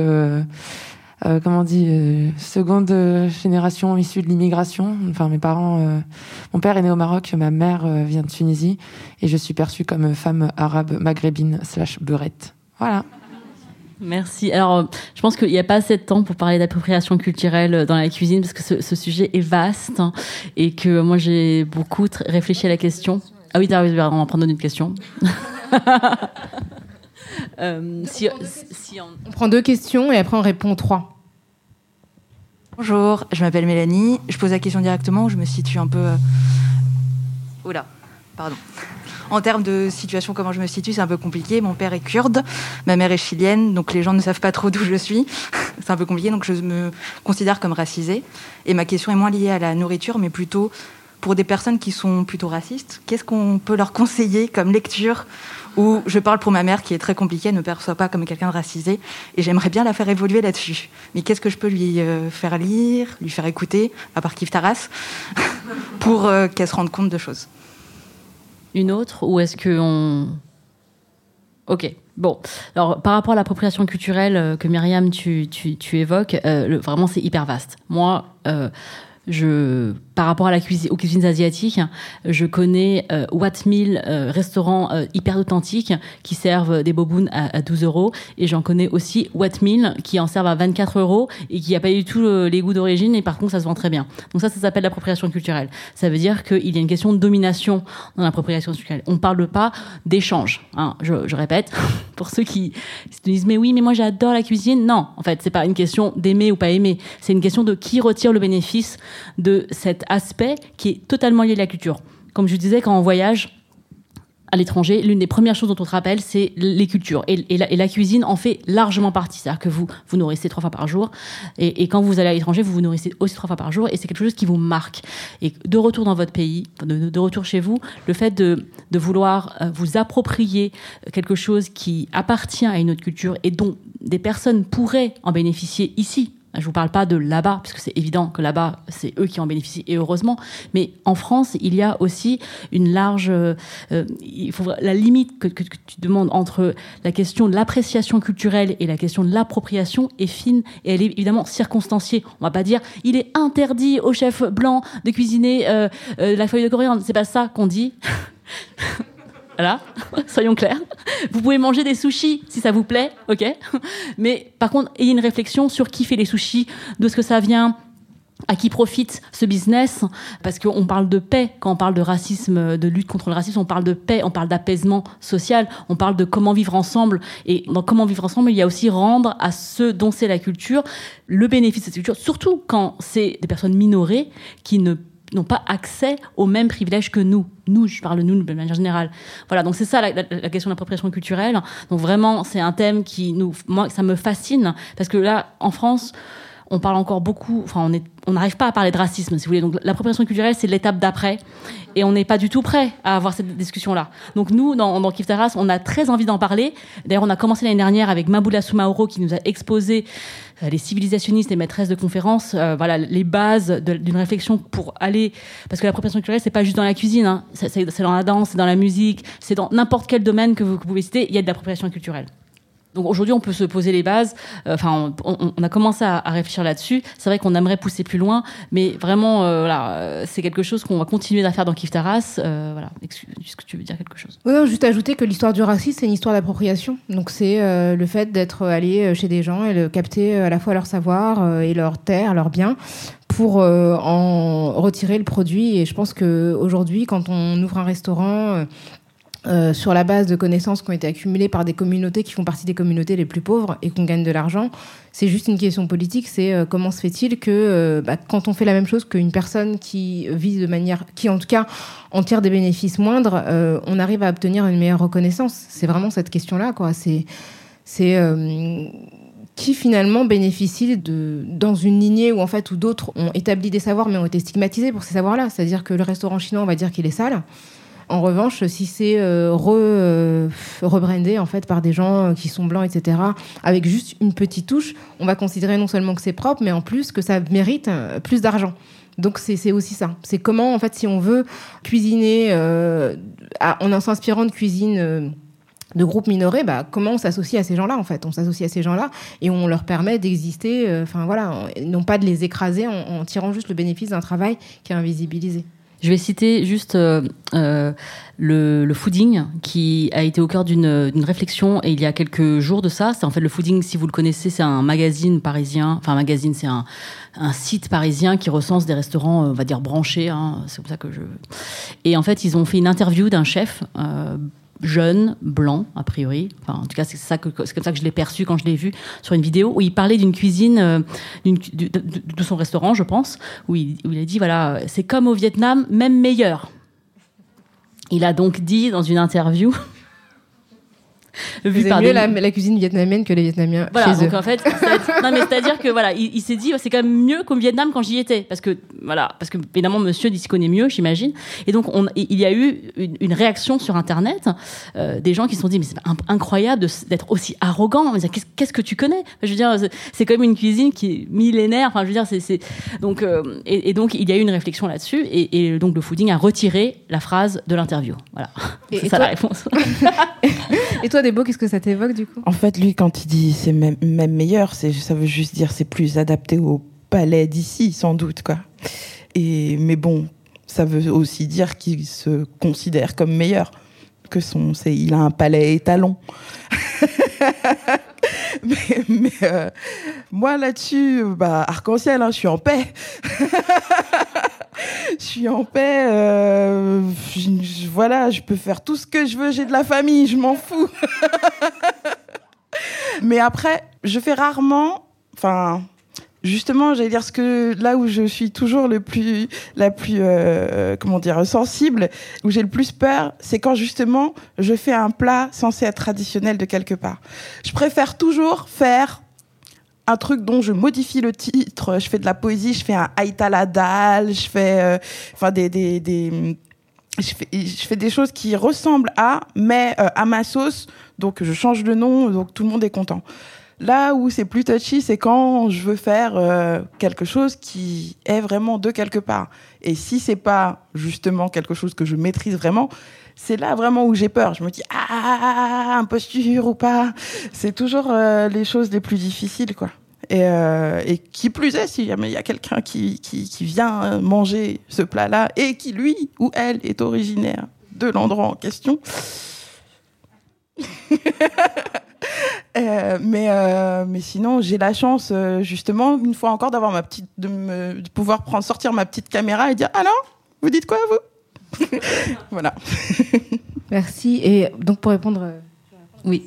seconde génération issue de l'immigration. Enfin, mes parents... mon père est né au Maroc, ma mère vient de Tunisie. Et je suis perçue comme femme arabe maghrébine / beurette. Voilà. Merci. Alors, je pense qu'il n'y a pas assez de temps pour parler d'appropriation culturelle dans la cuisine parce que ce sujet est vaste et que moi, j'ai beaucoup réfléchi à la question. Ah oui, on va prendre une question. On prend 2 questions et après on répond 3. Bonjour, je m'appelle Mélanie. Je pose la question directement où je me situe un peu... Oula, pardon. En termes de situation, comment je me situe, c'est un peu compliqué. Mon père est kurde, ma mère est chilienne, donc les gens ne savent pas trop d'où je suis. C'est un peu compliqué, donc je me considère comme racisée. Et ma question est moins liée à la nourriture, mais plutôt pour des personnes qui sont plutôt racistes. Qu'est-ce qu'on peut leur conseiller comme lecture où je parle pour ma mère qui est très compliquée, elle ne me perçoit pas comme quelqu'un de racisé, et j'aimerais bien la faire évoluer là-dessus. Mais qu'est-ce que je peux lui faire lire, lui faire écouter, à part Kif Taras, pour qu'elle se rende compte de choses ? Une autre, ou est-ce qu'on... Ok, bon. Alors, par rapport à l'appropriation culturelle que Myriam, tu évoques, vraiment, c'est hyper vaste. Moi, par rapport à aux cuisines asiatiques, je connais Wat Mill, restaurants hyper authentiques qui servent des bobounes à 12 €, et j'en connais aussi Wat Mill qui en servent à 24 € et qui n'a pas du tout les goûts d'origine, et par contre ça se vend très bien. Donc ça s'appelle l'appropriation culturelle. Ça veut dire qu'il y a une question de domination dans l'appropriation culturelle. On ne parle pas d'échange, hein. Je répète, pour ceux qui se disent mais oui, mais moi j'adore la cuisine. Non, en fait, c'est pas une question d'aimer ou pas aimer. C'est une question de qui retire le bénéfice de cet aspect qui est totalement lié à la culture. Comme je disais, quand on voyage à l'étranger, l'une des premières choses dont on se rappelle, c'est les cultures. Et la cuisine en fait largement partie. C'est-à-dire que vous nourrissez 3 fois par jour. Et quand vous allez à l'étranger, vous nourrissez aussi 3 fois par jour. Et c'est quelque chose qui vous marque. Et de retour dans votre pays, de retour chez vous, le fait de vouloir vous approprier quelque chose qui appartient à une autre culture et dont des personnes pourraient en bénéficier ici. Je vous parle pas de là-bas, puisque c'est évident que là-bas, c'est eux qui en bénéficient, et heureusement. Mais en France, il y a aussi une large... il faut la limite que tu demandes entre la question de l'appréciation culturelle et la question de l'appropriation est fine, et elle est évidemment circonstanciée. On va pas dire « il est interdit au chef blanc de cuisiner la feuille de coriandre ». C'est pas ça qu'on dit. Voilà, soyons clairs. Vous pouvez manger des sushis si ça vous plaît, ok. Mais par contre, ayez une réflexion sur qui fait les sushis, d'où est-ce que ça vient, à qui profite ce business, parce qu'on parle de paix quand on parle de racisme, de lutte contre le racisme, on parle de paix, on parle d'apaisement social, on parle de comment vivre ensemble. Et dans comment vivre ensemble, il y a aussi rendre à ceux dont c'est la culture le bénéfice de cette culture, surtout quand c'est des personnes minorées qui n'ont pas accès aux mêmes privilèges que nous. Nous, je parle de nous de manière générale. Voilà, donc c'est ça la question de l'appropriation culturelle. Donc vraiment, c'est un thème moi, ça me fascine, parce que là, en France, on parle encore beaucoup, enfin, on n'arrive pas à parler de racisme, si vous voulez. Donc l'appropriation culturelle, c'est l'étape d'après, et on n'est pas du tout prêt à avoir cette discussion-là. Donc nous, dans Kif Taras, on a très envie d'en parler. D'ailleurs, on a commencé l'année dernière avec Maboula Soumaoro, qui nous a exposé les civilisationnistes et maîtresses de conférences, voilà, les bases d'une réflexion pour aller... Parce que l'appropriation culturelle, c'est pas juste dans la cuisine, hein. C'est dans la danse, c'est dans la musique, c'est dans n'importe quel domaine que vous pouvez citer, il y a de l'appropriation culturelle. Donc aujourd'hui, on peut se poser les bases. Enfin, on a commencé à réfléchir là-dessus. C'est vrai qu'on aimerait pousser plus loin, mais vraiment, voilà, c'est quelque chose qu'on va continuer à faire dans Kif Taras. Voilà. Est-ce que tu veux dire quelque chose ? Non, juste ajouter que l'histoire du racisme, c'est une histoire d'appropriation. Donc c'est le fait d'être allé chez des gens et de capter à la fois leur savoir et leur terre, leurs biens, pour en retirer le produit. Et je pense qu'aujourd'hui, quand on ouvre un restaurant... sur la base de connaissances qui ont été accumulées par des communautés qui font partie des communautés les plus pauvres et qu'on gagne de l'argent, c'est juste une question politique. C'est comment se fait-il que quand on fait la même chose qu'une personne qui vit de manière, qui en tout cas en tire des bénéfices moindres, on arrive à obtenir une meilleure reconnaissance. C'est vraiment cette question-là, quoi. C'est qui finalement bénéficie dans une lignée où en fait où d'autres ont établi des savoirs mais ont été stigmatisés pour ces savoirs-là. C'est-à-dire que le restaurant chinois, on va dire qu'il est sale. En revanche, si c'est rebrandé en fait par des gens qui sont blancs, etc., avec juste une petite touche, on va considérer non seulement que c'est propre, mais en plus que ça mérite plus d'argent. Donc c'est aussi ça. C'est comment en fait si on veut cuisiner en s'inspirant de cuisine de groupes minorés, comment on s'associe à ces gens-là en fait. On s'associe à ces gens-là et on leur permet d'exister, non pas de les écraser en tirant juste le bénéfice d'un travail qui est invisibilisé. Je vais citer juste le fooding qui a été au cœur d'une réflexion et il y a quelques jours de ça. C'est en fait le fooding, si vous le connaissez, c'est un magazine parisien. Enfin, un magazine, c'est un site parisien qui recense des restaurants, on va dire branchés. Hein, c'est comme ça que Et en fait, ils ont fait une interview d'un chef jeune, blanc, a priori. Enfin, en tout cas, c'est comme ça que je l'ai perçu quand je l'ai vu sur une vidéo où il parlait d'une cuisine de son restaurant, je pense, où il a dit, voilà, c'est comme au Vietnam, même meilleur. Il a donc dit dans une interview... Vu par mieux la cuisine vietnamienne que les Vietnamiens voilà, chez donc eux. En fait, c'est-à-dire que voilà, il s'est dit c'est quand même mieux qu'au Vietnam quand j'y étais, parce que évidemment monsieur s'y connaît mieux, j'imagine. Et donc il y a eu une réaction sur Internet, des gens qui se sont dit mais c'est incroyable d'être aussi arrogant. Qu'est-ce que tu connais? Je veux dire, c'est quand même une cuisine qui est millénaire. Enfin, je veux dire, donc donc il y a eu une réflexion là-dessus, et donc le fooding a retiré la phrase de l'interview. Voilà, c'est ça la réponse. Et toi, Débo, qu'est-ce que ça t'évoque du coup? En fait, lui, quand il dit c'est même meilleur, ça veut juste dire c'est plus adapté au palais d'ici, sans doute, quoi. Mais bon, ça veut aussi dire qu'il se considère comme meilleur, il a un palais étalon. mais moi là-dessus, arc-en-ciel, hein, je suis en paix. Je suis en paix, je peux faire tout ce que je veux, j'ai de la famille, je m'en fous. Mais après, je fais rarement, justement, j'allais dire là où je suis toujours la plus sensible, où j'ai le plus peur, c'est quand justement je fais un plat censé être traditionnel de quelque part. Je préfère toujours faire un truc dont je modifie le titre, je fais de la poésie, je fais un Aïtala Dal, je fais je fais des choses qui ressemblent mais à ma sauce, donc je change le nom, donc tout le monde est content. Là où c'est plus touchy, c'est quand je veux faire quelque chose qui est vraiment de quelque part. Et si c'est pas justement quelque chose que je maîtrise vraiment, c'est là vraiment où j'ai peur. Je me dis imposture ou pas. C'est toujours les choses les plus difficiles, quoi. Et qui plus est, si jamais il y a quelqu'un qui vient manger ce plat-là et qui lui ou elle est originaire de l'endroit en question. Mais sinon, j'ai la chance, justement, une fois encore, d'avoir de pouvoir sortir ma petite caméra et dire « Alors, vous dites quoi, vous ?» Voilà. Merci. Et donc, pour répondre... Oui.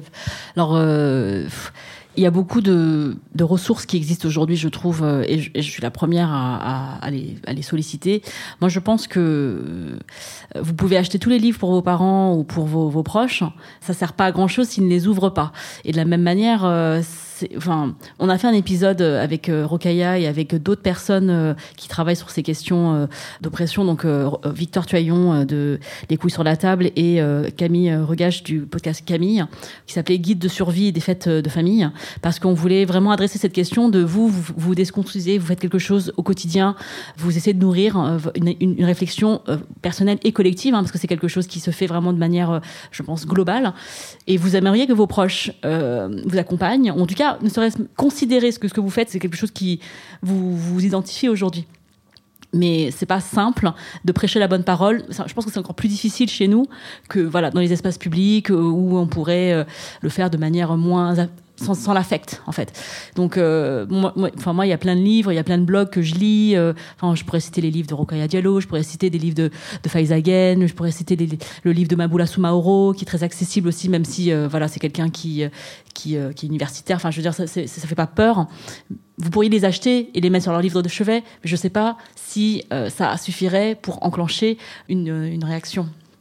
Il y a beaucoup de ressources qui existent aujourd'hui, je trouve, et je suis la première à les solliciter. Moi, je pense que vous pouvez acheter tous les livres pour vos parents ou pour vos proches. Ça sert pas à grand-chose s'ils ne les ouvrent pas. Et de la même manière, on a fait un épisode avec Rokhaya et avec d'autres personnes qui travaillent sur ces questions d'oppression. Donc, Victor Tuaillon de Les couilles sur la table et Camille Regache du podcast Camille, qui s'appelait Guide de survie des fêtes de famille. Parce qu'on voulait vraiment adresser cette question de vous déconstruisez, vous faites quelque chose au quotidien, vous essayez de nourrir une réflexion personnelle et collective, parce que c'est quelque chose qui se fait vraiment de manière, je pense, globale. Et vous aimeriez que vos proches vous accompagnent, ou en tout cas, ne serait-ce considérer ce que vous faites, c'est quelque chose qui vous identifie aujourd'hui. Mais c'est pas simple de prêcher la bonne parole. Je pense que c'est encore plus difficile chez nous que dans les espaces publics où on pourrait le faire de manière moins sans l'affect, en fait. Donc, moi, il y a plein de livres, il y a plein de blogs que je lis. Je pourrais citer les livres de Rokhaya Diallo, je pourrais citer des livres de Faiza Guène, je pourrais citer le livre de Maboula Soumaoro, qui est très accessible aussi, même si, c'est quelqu'un qui est universitaire. Enfin, je veux dire, ça fait pas peur. Vous pourriez les acheter et les mettre sur leur livre de chevet, mais je sais pas si ça suffirait pour enclencher une réaction.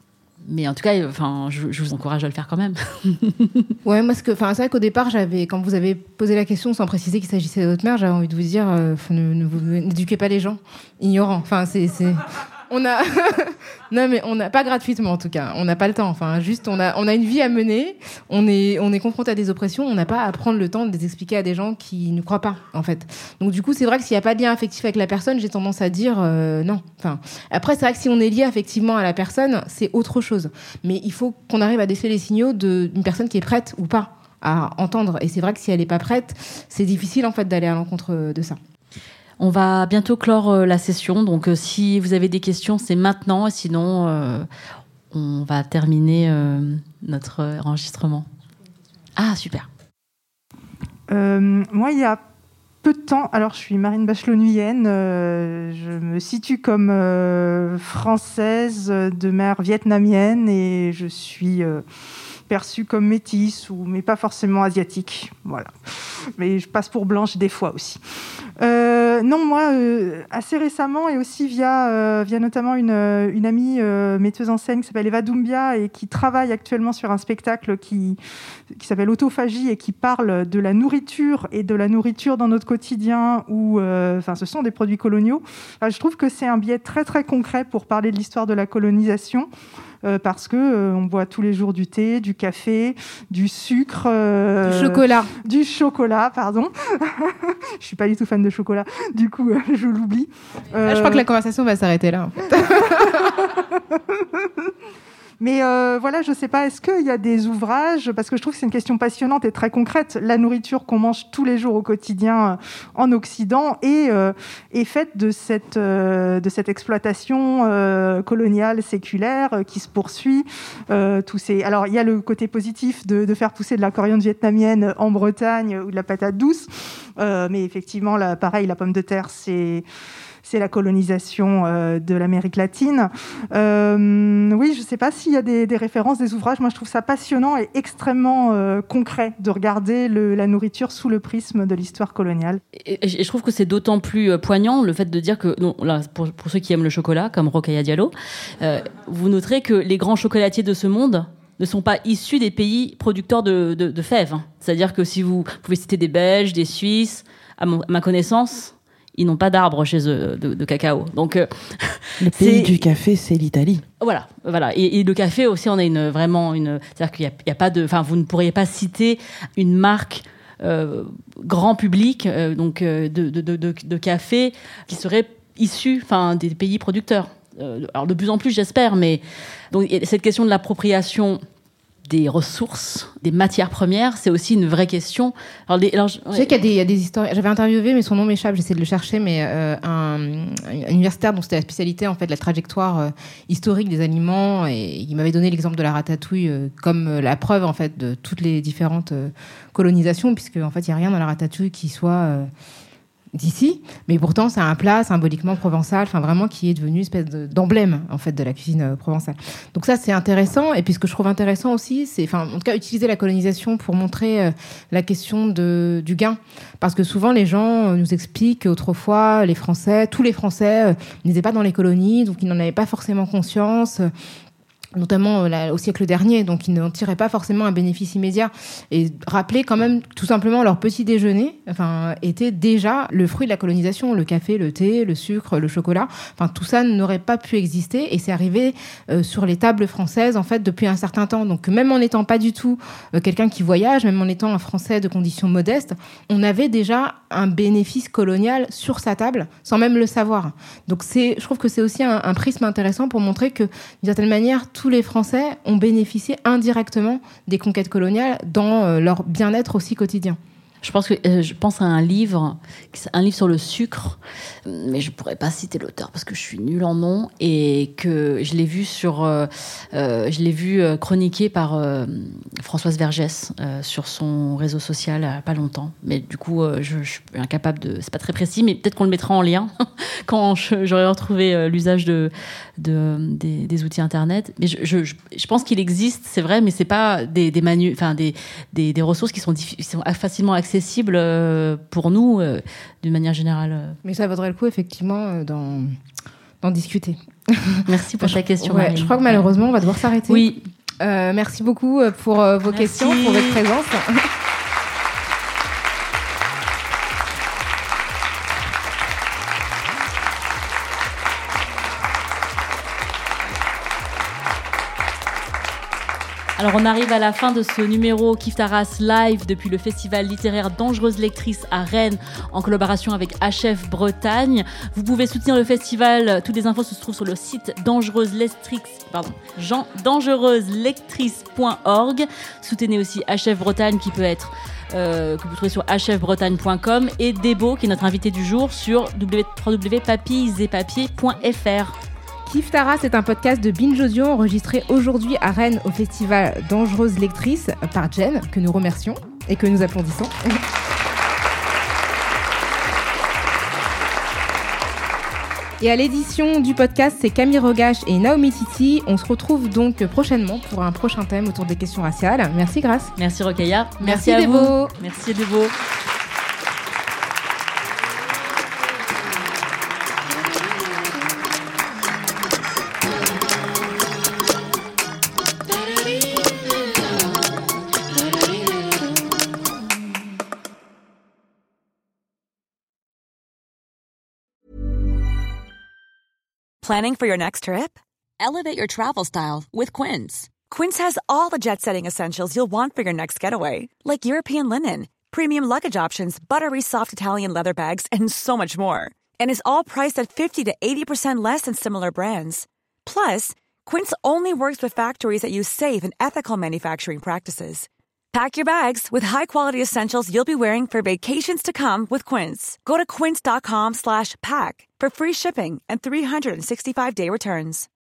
Mais en tout cas, je vous encourage à le faire quand même. Ouais, moi, c'est vrai qu'au départ, quand vous avez posé la question sans préciser qu'il s'agissait de votre mère, j'avais envie de vous dire, n'éduquez pas les gens ignorants. Enfin, on a non, mais on n'a pas gratuitement, en tout cas, on n'a pas le temps. Enfin, juste on a une vie à mener, on est confronté à des oppressions, on n'a pas à prendre le temps de les expliquer à des gens qui ne croient pas, en fait. Donc du coup, c'est vrai que s'il n'y a pas de lien affectif avec la personne, j'ai tendance à dire non. Enfin, après, c'est vrai que si on est lié affectivement à la personne, c'est autre chose. Mais il faut qu'on arrive à déceler les signaux d'une personne qui est prête ou pas à entendre. Et c'est vrai que si elle n'est pas prête, c'est difficile en fait d'aller à l'encontre de ça. On va bientôt clore la session, donc si vous avez des questions, c'est maintenant. Sinon, on va terminer notre enregistrement. Ah, super. Moi, il y a peu de temps, alors je suis Marine Bachelot-Nuyen, je me situe comme française de mère vietnamienne et je suis perçue comme métisse, mais pas forcément asiatique. Voilà. Mais je passe pour blanche des fois aussi. Non, moi, assez récemment, et aussi via notamment une amie metteuse en scène qui s'appelle Eva Doumbia et qui travaille actuellement sur un spectacle qui s'appelle Autophagie et qui parle de la nourriture et de la nourriture dans notre quotidien où ce sont des produits coloniaux. Je trouve que c'est un biais très, très concret pour parler de l'histoire de la colonisation. Parce que on boit tous les jours du thé, du café, du sucre, du chocolat, pardon. Je suis pas du tout fan de chocolat, du coup je l'oublie. Je crois que la conversation va s'arrêter là. En fait. Mais voilà, je sais pas, est-ce qu'il y a des ouvrages, parce que je trouve que c'est une question passionnante et très concrète, la nourriture qu'on mange tous les jours au quotidien en Occident est faite de cette exploitation coloniale, séculaire, qui se poursuit. Alors, il y a le côté positif de faire pousser de la coriandre vietnamienne en Bretagne ou de la patate douce, mais effectivement, pareil, la pomme de terre, c'est la colonisation de l'Amérique latine. Oui, je ne sais pas s'il y a des références, des ouvrages. Moi, je trouve ça passionnant et extrêmement concret de regarder la nourriture sous le prisme de l'histoire coloniale. Et je trouve que c'est d'autant plus poignant le fait de dire que, là, pour ceux qui aiment le chocolat, comme Rokhaya Diallo, vous noterez que les grands chocolatiers de ce monde ne sont pas issus des pays producteurs de fèves. C'est-à-dire que si vous pouvez citer des Belges, des Suisses, à ma connaissance, ils n'ont pas d'arbres chez eux de cacao. Donc, le pays du café, c'est l'Italie. Voilà. Et le café aussi, on a c'est-à-dire qu'il y a pas de, vous ne pourriez pas citer une marque grand public, de café qui serait issue, des pays producteurs. Alors de plus en plus, j'espère, mais donc cette question de l'appropriation des ressources, des matières premières, c'est aussi une vraie question. Je sais qu'il y a des historiens. J'avais interviewé, mais son nom m'échappe, j'essaie de le chercher, mais un universitaire dont c'était la spécialité, en fait, la trajectoire historique des aliments, et il m'avait donné l'exemple de la ratatouille comme la preuve, en fait, de toutes les différentes colonisations, puisque, en fait, il n'y a rien dans la ratatouille qui soit d'ici, mais pourtant c'est un plat symboliquement provençal, vraiment qui est devenu une espèce d'emblème en fait de la cuisine provençale. Donc ça c'est intéressant, et puis ce que je trouve intéressant aussi, c'est en tout cas utiliser la colonisation pour montrer la question du gain, parce que souvent les gens nous expliquent qu'autrefois tous les Français n'étaient pas dans les colonies, donc ils n'en avaient pas forcément conscience. Notamment au siècle dernier, donc ils n'en tiraient pas forcément un bénéfice immédiat. Et rappeler quand même tout simplement leur petit déjeuner, était déjà le fruit de la colonisation. Le café, le thé, le sucre, le chocolat, tout ça n'aurait pas pu exister, et c'est arrivé sur les tables françaises en fait depuis un certain temps. Donc même en n'étant pas du tout quelqu'un qui voyage, même en étant un Français de conditions modestes, on avait déjà un bénéfice colonial sur sa table sans même le savoir. Donc je trouve que c'est aussi un prisme intéressant pour montrer que d'une certaine manière tous les Français ont bénéficié indirectement des conquêtes coloniales dans leur bien-être aussi quotidien. Je pense à un livre sur le sucre, mais je pourrais pas citer l'auteur parce que je suis nulle en nom, et que je l'ai vu chroniqué par Françoise Vergès sur son réseau social pas longtemps. Mais du coup, je suis incapable de. C'est pas très précis, mais peut-être qu'on le mettra en lien quand j'aurai retrouvé l'usage des outils internet. Mais je pense qu'il existe, c'est vrai, mais c'est pas des ressources qui sont facilement accessibles pour nous d'une manière générale. Mais ça vaudrait le coup effectivement d'en discuter. Merci pour ta question, Ouais, Marine. je crois que malheureusement, on va devoir s'arrêter. Oui. Merci beaucoup pour vos questions, pour votre présence. Alors on arrive à la fin de ce numéro Kif Taras live depuis le festival littéraire Dangereuse Lectrice à Rennes en collaboration avec HF Bretagne. Vous pouvez soutenir le festival, toutes les infos se trouvent sur le site dangereuselectrice.org. Soutenez aussi HF Bretagne qui peut être que vous trouvez sur hfbretagne.com et Debo qui est notre invité du jour sur www.papillesetpapiers.fr. Kif Taras est un podcast de Binge Audio enregistré aujourd'hui à Rennes au festival Dangereuse Lectrice par Jen, que nous remercions et que nous applaudissons. Et à l'édition du podcast, c'est Camille Rogache et Naomi Titi. On se retrouve donc prochainement pour un prochain thème autour des questions raciales. Merci Grace. Merci Rokhaya. Merci à Debo. vous. Merci Debo. Planning for your next trip? Elevate your travel style with Quince. Quince has all the jet-setting essentials you'll want for your next getaway, like European linen, premium luggage options, buttery soft Italian leather bags, and so much more. And is all priced at 50 to 80% less than similar brands. Plus, Quince only works with factories that use safe and ethical manufacturing practices. Pack your bags with high-quality essentials you'll be wearing for vacations to come with Quince. Go to quince.com/pack for free shipping and 365-day returns.